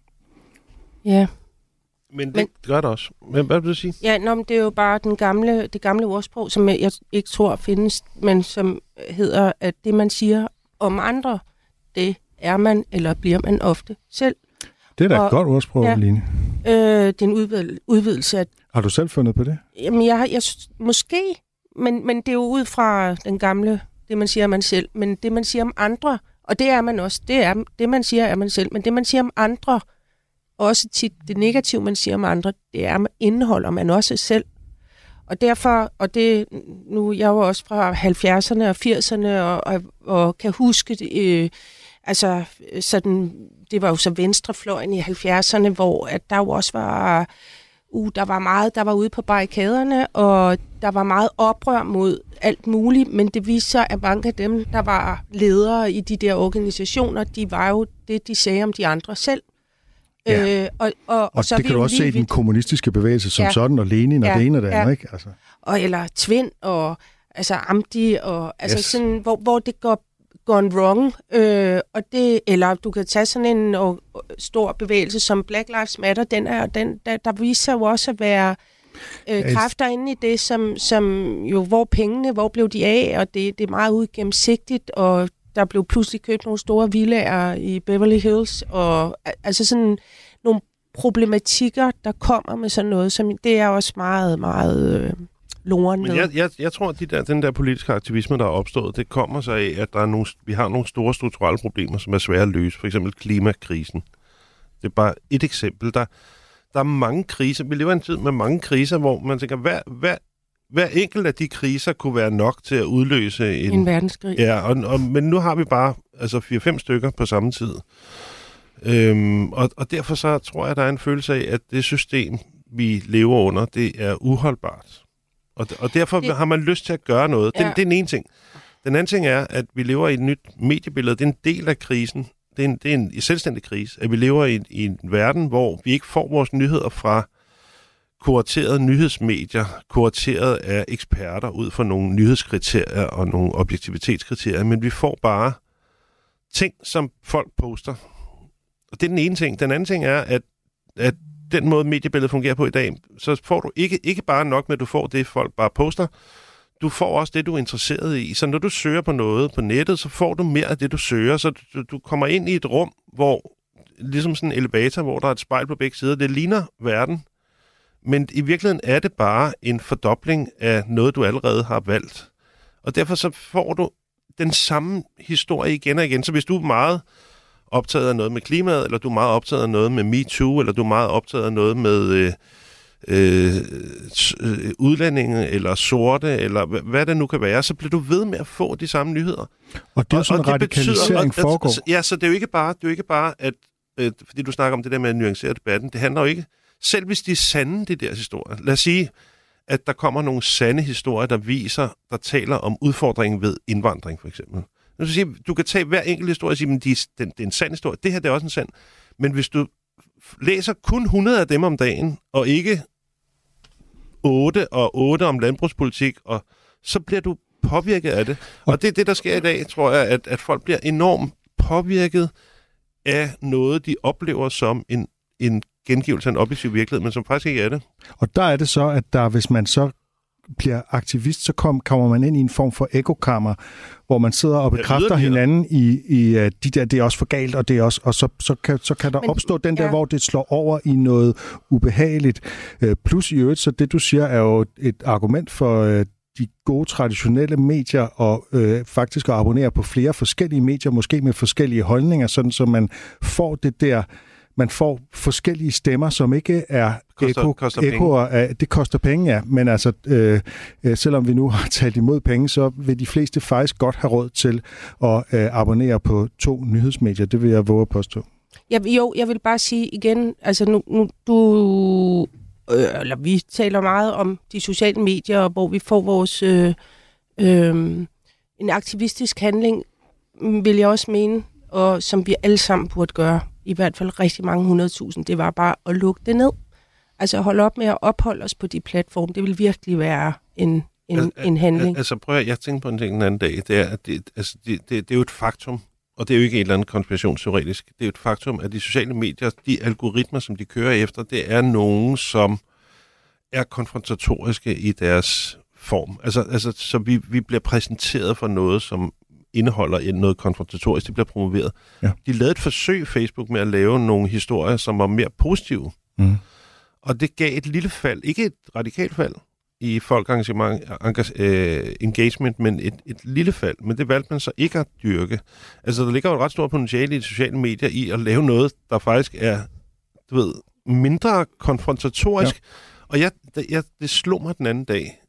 Ja. Men det men, gør det også. Men hvad vil du sige? Ja, nå, men det er jo bare den gamle, det gamle ordsprog, som jeg ikke tror findes, men som hedder, at det, man siger om andre, det er man, eller bliver man ofte selv. Det er da og, et godt ordsprog, ja, Line. Øh, det er en udvid- udvidelse af... Har du selv fundet på det? Jamen, jeg, jeg måske, men, men det er jo ud fra den gamle, det man siger om man selv, men det man siger om andre, og det er man også, det er det man siger er man selv, men det man siger om andre, også tit det negative man siger om andre, det er indeholder man også selv. Og derfor, og det, nu jeg var også fra halvfjerdserne og firserne, og, og, og kan huske det, øh, altså sådan, det var jo så venstrefløjen i halvfjerdserne, hvor at der jo også var, uh, der var meget, der var ude på barrikaderne, og der var meget oprør mod alt muligt, men det viste sig, at mange af dem, der var ledere i de der organisationer, de var jo det, de sagde om de andre selv. Ja. Øh, og og, og så det kan du også se i den kommunistiske bevægelse som ja. sådan, og Lenin og ja. det ene og det ja. andet, ikke? Altså. Og eller Tvind, og altså Amdi, og altså yes. sådan, hvor, hvor det går gone wrong, øh, og det, eller du kan tage sådan en og, og, stor bevægelse som Black Lives Matter, den er, den, der, der viser jo også at være øh, kræfter inde i det, som, som jo, hvor pengene, hvor blev de af, og det, det er meget ugennemsigtigt, og der blev pludselig købt nogle store villaer i Beverly Hills, og altså sådan nogle problematikker, der kommer med sådan noget, som det er også meget, meget øh, loren med. Men jeg, jeg, jeg tror, at de der, den der politiske aktivisme, der er opstået, det kommer sig af, at der er nogle, vi har nogle store strukturelle problemer, som er svære at løse. For eksempel klimakrisen. Det er bare et eksempel. Der, der er mange kriser. Vi lever i en tid med mange kriser, hvor man tænker, hver, hver, hver enkelt af de kriser kunne være nok til at udløse en... En verdenskrig. Ja, og, og, men nu har vi bare altså fire-fem stykker på samme tid. Øhm, og, og derfor så tror jeg, der er en følelse af, at det system, vi lever under, det er uholdbart. Og, og derfor det, har man lyst til at gøre noget. Det, ja. det er den ene ting. Den anden ting er, at vi lever i et nyt mediebillede. Det er en del af krisen. Det er en, det er en selvstændig krise, at vi lever i, i en verden, hvor vi ikke får vores nyheder fra kuraterede nyhedsmedier, kurateret af eksperter ud fra nogle nyhedskriterier og nogle objektivitetskriterier, men vi får bare ting, som folk poster. Og det er den ene ting. Den anden ting er, at, at den måde, mediebilledet fungerer på i dag, så får du ikke, ikke bare nok med, at du får det, folk bare poster. Du får også det, du er interesseret i. Så når du søger på noget på nettet, så får du mere af det, du søger. Så du, du kommer ind i et rum, hvor ligesom sådan en elevator, hvor der er et spejl på begge sider. Det ligner verden. Men i virkeligheden er det bare en fordobling af noget, du allerede har valgt. Og derfor så får du den samme historie igen og igen. Så hvis du er meget optaget af noget med klimaet, eller du er meget optaget af noget med MeToo, eller du er meget optaget af noget med øh, øh, udlændinge, eller sorte, eller hvad, hvad det nu kan være, så bliver du ved med at få de samme nyheder. Og det er jo sådan, en radikalisering betyder, foregår. At, ja, så det er jo ikke bare, det er jo ikke bare at, øh, fordi du snakker om det der med at nuancere debatten, det handler jo ikke, selv hvis de er sande, de der historier. Lad os sige, at der kommer nogle sande historier, der viser, der taler om udfordringen ved indvandring, for eksempel. Du kan tage hver enkelt historie og sige, at det er en sand historie. Det her det er også en sand. Men hvis du læser kun hundrede af dem om dagen, og ikke otte og otte om landbrugspolitik, og så bliver du påvirket af det. Og det er det, der sker i dag, tror jeg, at, at folk bliver enormt påvirket af noget, de oplever som en, en gengivelse af en objektiv virkelighed, men som faktisk ikke er det. Og der er det så, at der, hvis man så bliver aktivist, så kom, kommer man ind i en form for ekokammer, hvor man sidder og bekræfter hinanden i, i de der, det er også for galt, og det er også, og så, så, kan, så kan der Men, opstå den der, ja. hvor det slår over i noget ubehageligt. Plus i øvrigt, så det du siger, er jo et argument for de gode traditionelle medier, og øh, faktisk at abonnere på flere forskellige medier, måske med forskellige holdninger, sådan så man får det der, man får forskellige stemmer, som ikke er koster, eko, koster ekoer af, det koster penge, ja. Men altså, øh, selvom vi nu har talt imod penge, så vil de fleste faktisk godt have råd til at øh, abonnere på to nyhedsmedier. Det vil jeg våge at påstå. Ja, jo, jeg vil bare sige igen, altså nu, nu du, øh, eller vi taler meget om de sociale medier, hvor vi får vores øh, øh, en aktivistisk handling, vil jeg også mene, og som vi alle sammen burde gøre. I hvert fald rigtig mange hundredtusind. Det var bare at lukke det ned. Altså holde op med at opholde os på de platforme. Det vil virkelig være en, en, al, en handling. Al, altså prøv at, jeg tænkte på en ting den anden dag. Det er, at det, altså, det, det, det er jo et faktum, og det er jo ikke et eller andet konspirationsteoretisk. Det er jo et faktum, at de sociale medier, de algoritmer, som de kører efter, det er nogen, som er konfrontatoriske i deres form. Altså, altså så vi, vi bliver præsenteret for noget, som indeholder noget konfrontatorisk, det bliver promoveret. Ja. De lavede et forsøg, Facebook, med at lave nogle historier, som var mere positive. Mm. Og det gav et lille fald, ikke et radikalt fald i folkeengagement, øh, engagement, men et, et lille fald. Men det valgte man så ikke at dyrke. Altså, der ligger jo et ret stort potentiale i de sociale medier i at lave noget, der faktisk er, du ved, mindre konfrontatorisk. Ja. Og jeg, jeg, det slog mig den anden dag,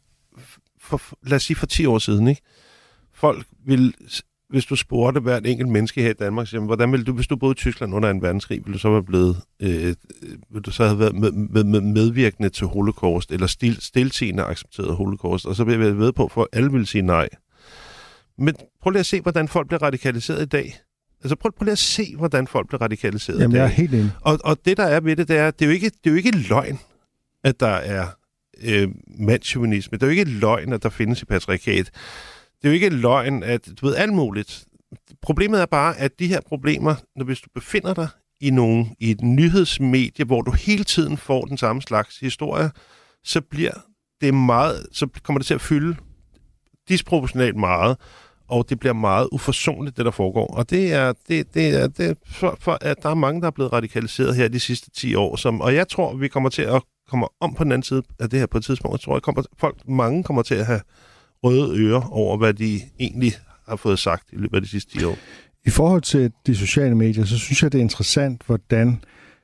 for, lad os sige for ti år siden, ikke? Folk vil, hvis du spurgte hvert enkelt menneske her i Danmark, så, hvordan ville du, hvis du boede i Tyskland under en verdenskrig, ville du så være blevet, øh, ville du så have været med, med, med medvirkende til holocaust, eller stil, stiltigende accepteret holocaust, og så vil jeg ved på, for alle vil sige nej. Men prøv lige at se, hvordan folk bliver radikaliseret i dag. Altså prøv, prøv lige at se, hvordan folk bliver radikaliseret Jamen, i dag. Jeg er helt enig. Og, og det, der er ved det, det er, det er jo ikke, det er jo ikke løgn, at der er øh, mandsjuvenisme. Det er jo ikke løgn, at der findes i patriarkat. Det er jo ikke løgn, at du ved alt muligt. Problemet er bare, at de her problemer, når hvis du befinder dig i, nogle, i et nyhedsmedie, hvor du hele tiden får den samme slags historie, så bliver det meget, så kommer det til at fylde disproportionalt meget, og det bliver meget uforsonligt, det der foregår. Og det er, det, det er, det er for, for, at der er mange, der er blevet radikaliseret her de sidste ti år. Som, og jeg tror, vi kommer til at komme om på den anden side af det her på et tidspunkt. Jeg tror, at kommer, folk, mange kommer til at have røde ører over, hvad de egentlig har fået sagt i løbet af de sidste ti år. I forhold til de sociale medier, så synes jeg, det er interessant, hvordan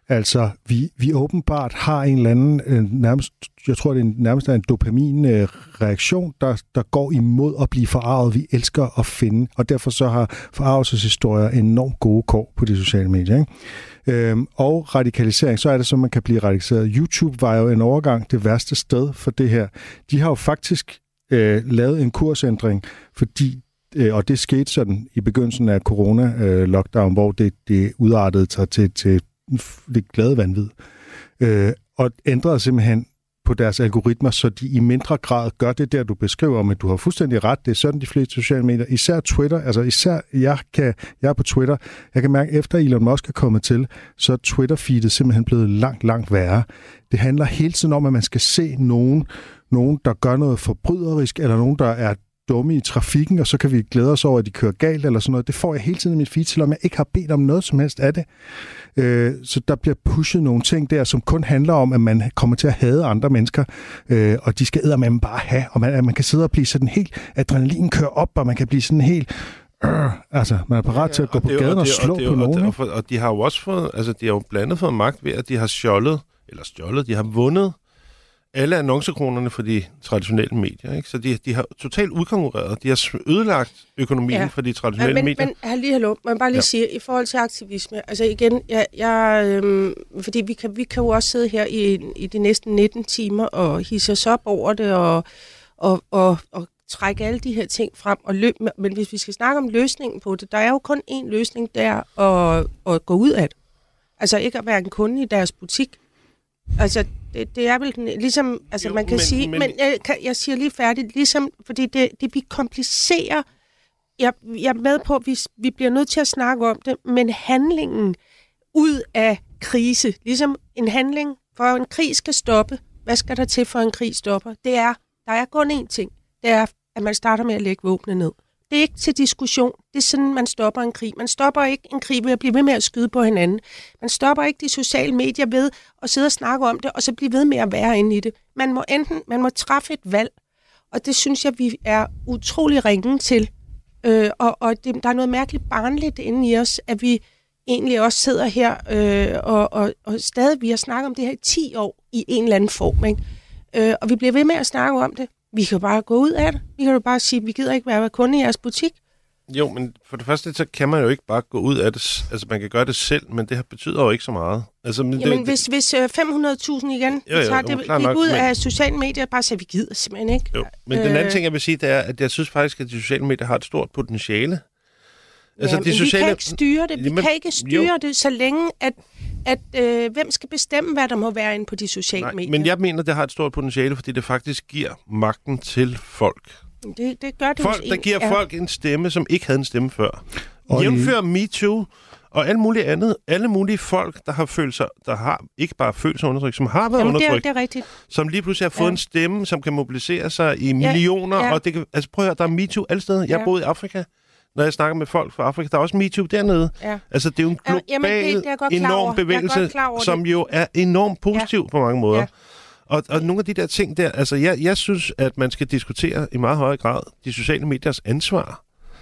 Altså, vi, vi åbenbart har en eller anden, øh, nærmest, jeg tror, det er nærmest en dopamin-reaktion, der, der går imod at blive forarvet. Vi elsker at finde, og derfor så har forarvelseshistorier enormt gode kår på de sociale medier. Ikke? Øhm, og radikalisering, så er det så, man kan blive radikaliseret. YouTube var jo en overgang det værste sted for det her. De har jo faktisk øh, lavet en kursændring, fordi og det skete sådan i begyndelsen af corona-lockdown, hvor det, det udartede sig til, til det glade vanvid. Øh, og ændrede simpelthen på deres algoritmer, så de i mindre grad gør det der, du beskriver, men du har fuldstændig ret. Det er sådan de fleste sociale medier, især Twitter, altså især jeg, kan, jeg er på Twitter, jeg kan mærke, efter Elon Musk er kommet til, så er Twitter-feedet simpelthen blevet langt, langt værre. Det handler hele tiden om, at man skal se nogen, nogen der gør noget forbryderisk, eller nogen, der er dumme i trafikken, og så kan vi glæde os over, at de kører galt eller sådan noget. Det får jeg hele tiden i mit feed, selvom jeg ikke har bedt om noget som helst af det. Øh, så der bliver pushet nogle ting der, som kun handler om, at man kommer til at hade andre mennesker, øh, og de skal eddermame bare have, og man, at man kan sidde og blive sådan helt, adrenalin kører op, og man kan blive sådan helt, øh, altså man er parat ja, til at gå på gaden og, og slå og det, på og nogen. Og, og, og de har jo også fået, altså de har jo blandet fået magt ved, at de har stjålet, eller stjålet, de har vundet alle annoncekronerne for de traditionelle medier, ikke? Så de, de har totalt udkonkurreret. De har ødelagt økonomien ja. for de traditionelle men, medier. Men lige hallo, man bare lige ja. sige, i forhold til aktivisme, altså igen, jeg, jeg, øhm, fordi vi kan, vi kan jo også sidde her i, i de næsten nitten timer og hisse os op over det og, og, og, og trække alle de her ting frem og løbe med. Men hvis vi skal snakke om løsningen på det, der er jo kun én løsning der at, at gå ud af det. Altså ikke at være en kunde i deres butik. Altså, det, det er vel ligesom, altså jo, man kan men, sige, men, men jeg, kan, jeg siger lige færdigt, ligesom, fordi det, det vi komplicerer, jeg, jeg er med på, at vi, vi bliver nødt til at snakke om det, men handlingen ud af krise, ligesom en handling, for en krig skal stoppe, hvad skal der til for en krig stopper? Det er, der er kun én ting, det er, at man starter med at lægge våbnene ned. Det er ikke til diskussion. Det er sådan, man stopper en krig. Man stopper ikke en krig ved at blive ved med at skyde på hinanden. Man stopper ikke de sociale medier ved at sidde og snakke om det, og så blive ved med at være inde i det. Man må enten, man må træffe et valg, og det synes jeg, vi er utrolig ringe til. Øh, og og det, der er noget mærkeligt barnligt inde i os, at vi egentlig også sidder her, øh, og, og, og stadig vi har snakket om det her i ti år i en eller anden form. Ikke? Øh, og vi bliver ved med at snakke om det. Vi kan jo bare gå ud af det. Vi kan jo bare sige, at vi gider ikke være kunde i jeres butik. Jo, men for det første, så kan man jo ikke bare gå ud af det. Altså, man kan gøre det selv, men det betyder jo ikke så meget. Altså, men Jamen, det, hvis, hvis fem hundrede tusind igen jo, jo, tager det, gik nok, ud men, af sociale medier, bare så vi gider simpelthen ikke. Jo, men øh, den anden ting, jeg vil sige, det er, at jeg synes faktisk, at de sociale medier har et stort potentiale. Altså, ja, de men sociale... vi kan ikke styre det. Vi Jamen, kan ikke styre jo. det, så længe at, at øh, hvem skal bestemme, hvad der må være inde på de sociale Nej, medier. Men jeg mener, det har et stort potentiale, fordi det faktisk giver magten til folk. Det, det gør det folk, der giver ja. folk en stemme, som ikke havde en stemme før. Jævnfør MeToo og alle mulige andet. Alle mulige folk, der har følt sig, der har ikke bare følt sig undertrykt, som har været Jamen, undertrykt. Det er, det er rigtigt. Som lige pludselig har fået ja. en stemme, som kan mobilisere sig i millioner. Ja, ja. Og det kan, altså prøv at høre, der er MeToo alle steder. Jeg ja. boede i Afrika. Når jeg snakker med folk fra Afrika, der er også MeToo dernede. Ja. Altså, det er jo en global, Jamen, det, det enorm bevægelse, som jo er enormt positiv ja. på mange måder. Ja. Og, og nogle af de der ting der, altså, jeg, jeg synes, at man skal diskutere i meget højere grad de sociale mediers ansvar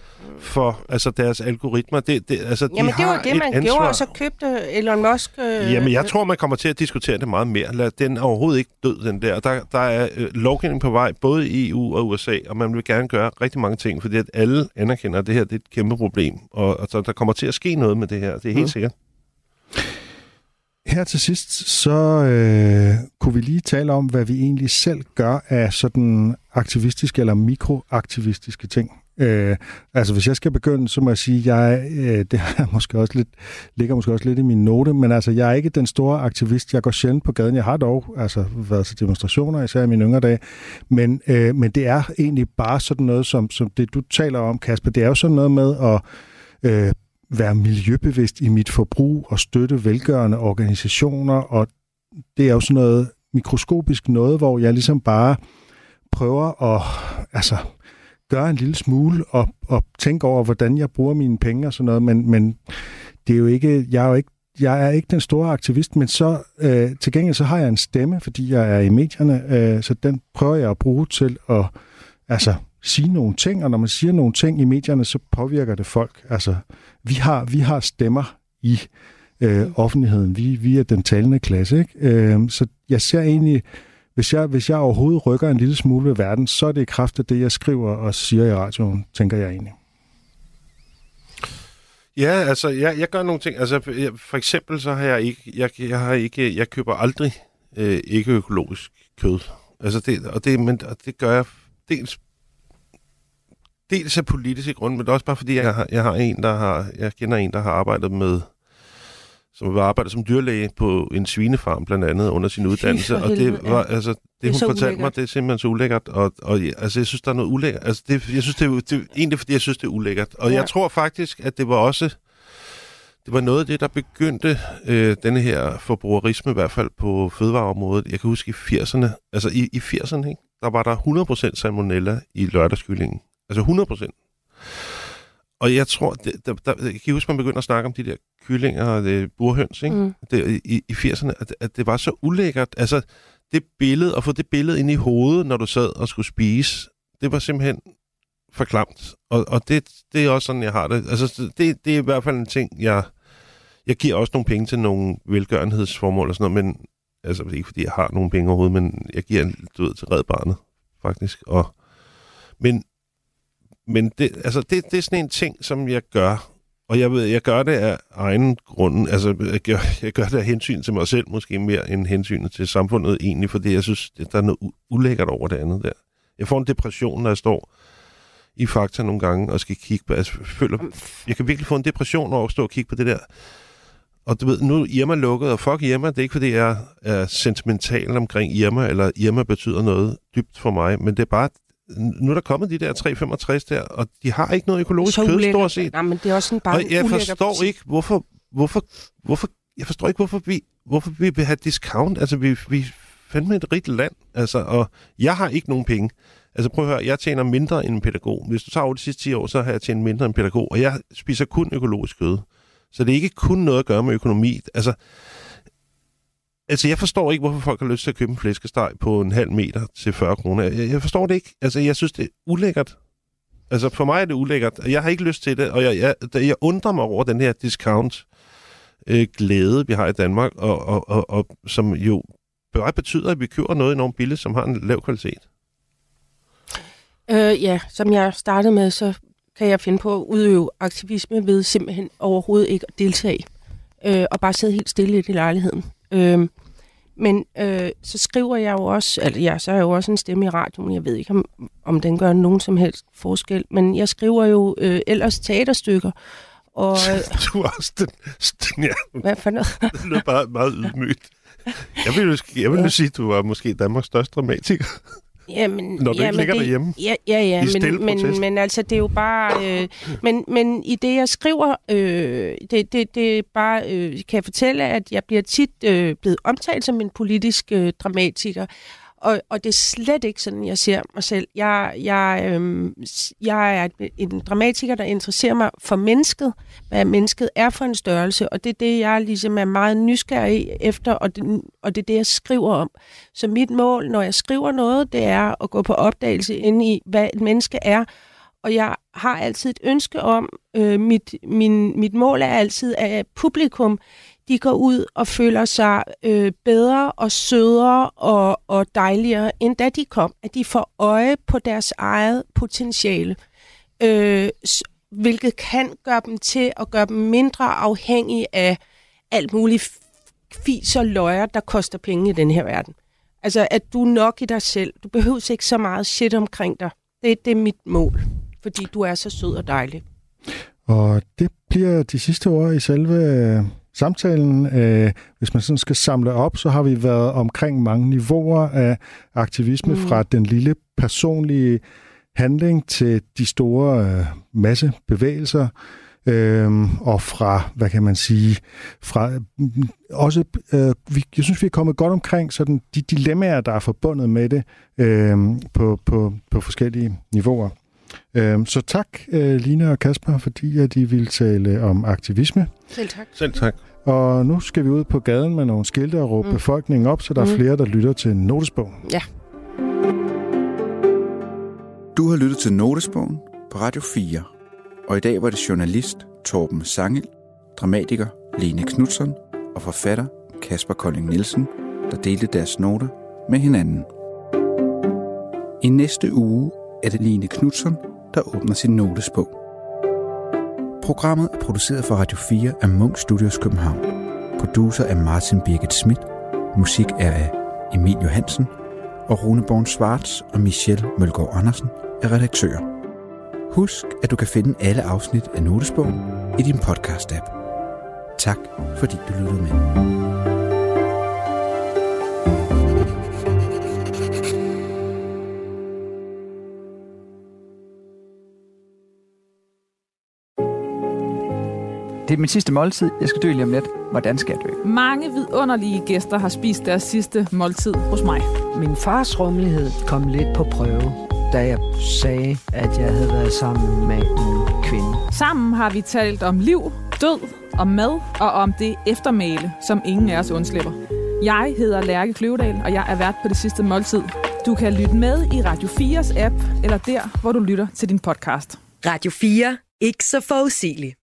for altså deres algoritmer. Det, det, altså, Jamen, de det var det, man ansvar. gjorde, og så købte Elon Musk... Øh, Jamen, jeg tror, man kommer til at diskutere det meget mere. Lad, den er overhovedet ikke død, den der. Der, der er øh, lovgivning på vej, både i E U og U S A, og man vil gerne gøre rigtig mange ting, fordi at alle anerkender, at det her det er et kæmpe problem. Og altså, der kommer til at ske noget med det her. Det er helt mm. sikkert. Her til sidst, så øh, kunne vi lige tale om, hvad vi egentlig selv gør af sådan aktivistiske eller mikroaktivistiske ting. Øh, altså hvis jeg skal begynde, så må jeg sige, jeg øh, det er måske også lidt, ligger måske også lidt i min note, men altså jeg er ikke den store aktivist. Jeg går sjældent på gaden. Jeg har dog altså været til demonstrationer, især i mine yngre dage, men øh, men det er egentlig bare sådan noget som som det du taler om, Kasper. Det er jo sådan noget med at øh, være miljøbevidst i mit forbrug og støtte velgørende organisationer, og det er jo sådan noget mikroskopisk noget, hvor jeg ligesom bare prøver at altså gøre en lille smule og, og tænke over, hvordan jeg bruger mine penge og sådan noget, men, men det er jo ikke, jeg er jo ikke, jeg er ikke den store aktivist, men så øh, til gengæld så har jeg en stemme, fordi jeg er i medierne, øh, så den prøver jeg at bruge til at altså sige nogle ting, og når man siger nogle ting i medierne, så påvirker det folk. Altså, vi har, vi har stemmer i øh, offentligheden. Vi, vi er den talende klasse, ikke? Øh, så jeg ser egentlig, hvis jeg, hvis jeg overhovedet rykker en lille smule ved verden, så er det i kraft af det, jeg skriver og siger i radioen, tænker jeg egentlig. Ja, altså, jeg, jeg gør nogle ting. Altså, jeg, for eksempel så har jeg ikke, jeg, jeg har ikke, jeg køber aldrig øh, ikke økologisk kød. Altså, det, og det, men og det gør jeg dels, dels af politiske grunde, men det er også bare fordi, jeg har, jeg har en, der har, jeg kender en, der har arbejdet med, som har arbejdet som dyrlæge på en svinefarm, blandt andet, under sin uddannelse, og det var, altså, det, det hun fortalte ulækkert. mig, det er simpelthen så ulækkert, og, og altså, jeg synes, der er noget ulækkert. Altså, det, jeg synes, det er, det er egentlig, fordi jeg synes, det er ulækkert. Og ja. jeg tror faktisk, at det var også, det var noget af det, der begyndte øh, denne her forbrugerisme, i hvert fald på fødevareområdet. Jeg kan huske i firserne, altså i, i firserne, ikke, der var der hundrede procent salmonella i lørdagskyllingen. Altså hundrede procent. Og jeg tror, det, der, der, jeg kan huske, man begynder at snakke om de der kyllinger og det, burhøns, ikke? Mm. Det, i, i firserne, at, at det var så ulækkert. Altså, det billede, at få det billede ind i hovedet, når du sad og skulle spise, det var simpelthen for klamt. Og, og det, det er også sådan, jeg har det. Altså, det, det er i hvert fald en ting, jeg... Jeg giver også nogle penge til nogle velgørenhedsformål og sådan noget, men... Altså, ikke fordi jeg har nogle penge overhovedet, men jeg giver, du ved, til Red Barnet, faktisk. Og, men... Men det, altså det, det er sådan en ting, som jeg gør, og jeg ved, jeg gør det af egen grund. Altså, jeg gør, jeg gør det af hensyn til mig selv, måske mere end hensyn til samfundet egentlig, fordi jeg synes, det, der er noget ulækkert over det andet der. Jeg får en depression, når jeg står i Fakta nogle gange og skal kigge på, altså, jeg føler, jeg kan virkelig få en depression over at stå og kigge på det der. Og du ved, nu er Irma lukket, og fuck Irma, det er ikke fordi, jeg er sentimental omkring Irma, eller Irma betyder noget dybt for mig, men det er bare, nu er der kommet de der tre femogtres der, og de har ikke noget økologisk kød, stort set. Nej, men det er også sådan bare og jeg forstår ikke, hvorfor, hvorfor, hvorfor, jeg forstår ikke, hvorfor vi, hvorfor vi vil have discount. Altså, vi, vi er fandme et rigt land, altså, og jeg har ikke nogen penge. Altså, prøv at høre, jeg tjener mindre end en pædagog. Hvis du tager over de sidste ti år, så har jeg tjent mindre end en pædagog, og jeg spiser kun økologisk kød. Så det er ikke kun noget at gøre med økonomi. Altså, Altså, jeg forstår ikke, hvorfor folk har lyst til at købe en flæskesteg på en halv meter til fyrre kroner. Jeg, jeg forstår det ikke. Altså, jeg synes, det er ulækkert. Altså, for mig er det ulækkert. Jeg har ikke lyst til det, og jeg, jeg, jeg undrer mig over den her discount-glæde, øh, vi har i Danmark, og, og, og, og som jo bare betyder, at vi køber noget enormt billigt, som har en lav kvalitet. Øh, ja, som jeg startede med, så kan jeg finde på at udøve aktivisme ved simpelthen overhovedet ikke at deltage, øh, og bare sidde helt stille i lejligheden. Øh, men øh, så skriver jeg jo også, altså ja, så er jeg jo også en stemme i radioen, jeg ved ikke, om, om den gør nogen som helst forskel, men jeg skriver jo øh, ellers teaterstykker, og... Du er også den... den ja. Hvad for noget? Det lyder bare meget ydmygt. Jeg vil jo, jeg vil jo sige, at du var måske Danmarks største dramatiker. Jamen, når du ja, ikke ligger det, derhjemme. Ja, ja, ja men, men, men altså, det er jo bare... Øh, men, men i det, jeg skriver, øh, det, det, det er bare... Øh, kan jeg fortælle, at jeg bliver tit øh, blevet omtalt som en politisk øh, dramatiker, og, og det er slet ikke sådan, jeg ser mig selv. Jeg, jeg, øh, jeg er en dramatiker, der interesserer mig for mennesket, hvad mennesket er for en størrelse, og det er det, jeg ligesom er meget nysgerrig efter, og det, og det er det, jeg skriver om. Så mit mål, når jeg skriver noget, det er at gå på opdagelse inde i, hvad et menneske er, og jeg har altid et ønske om, øh, mit, min, mit mål er altid, at publikum, de går ud og føler sig øh, bedre og sødere og, og dejligere, end da de kom. At de får øje på deres eget potentiale, øh, hvilket kan gøre dem til at gøre dem mindre afhængige af alt muligt fis og løjer, der koster penge i den her verden. Altså, at du er nok i dig selv. Du behøver ikke så meget shit omkring dig. Det, det er mit mål, fordi du er så sød og dejlig. Og det bliver de sidste ord i selve samtalen. Øh, hvis man sådan skal samle op, så har vi været omkring mange niveauer af aktivisme, mm. fra den lille personlige handling til de store øh, masse bevægelser, øh, og fra, hvad kan man sige, fra øh, også, øh, vi, jeg synes, vi er kommet godt omkring sådan de dilemmaer, der er forbundet med det øh, på, på, på forskellige niveauer. Øh, så tak, øh, Line og Kasper, fordi at I ville tale om aktivisme. Selv tak. Selv tak. Og nu skal vi ud på gaden med nogle skilte og råbe mm. befolkningen op, så der mm. er flere, der lytter til Notesbogen. Ja. Du har lyttet til Notesbogen på Radio fire. Og i dag var det journalist Torben Sangel, dramatiker Lene Knutzon og forfatter Kasper Colling Nielsen, der delte deres noter med hinanden. I næste uge er det Lene Knutzon, der åbner sin notesbog. Programmet er produceret for Radio fire af Munch Studios København. Producer er Martin Birgit Schmidt. Musik er af Emil Johansen. Og Rune Born Schwartz og Michelle Mølgaard Andersen er redaktører. Husk, at du kan finde alle afsnit af Notesbogen i din podcast-app. Tak, fordi du lyttede med. Det er min sidste måltid. Jeg skal dø lige om lidt. Hvordan skal jeg dø? Mange vidunderlige gæster har spist deres sidste måltid hos mig. Min fars rummelighed kom lidt på prøve, da jeg sagde, at jeg havde været sammen med en kvinde. Sammen har vi talt om liv, død, om mad og om det eftermæle, som ingen af os undslipper. Jeg hedder Lærke Kløvedal, og jeg er vært på Det Sidste Måltid. Du kan lytte med i Radio fires app, eller der, hvor du lytter til din podcast. Radio fire. Ikke så forudsigeligt.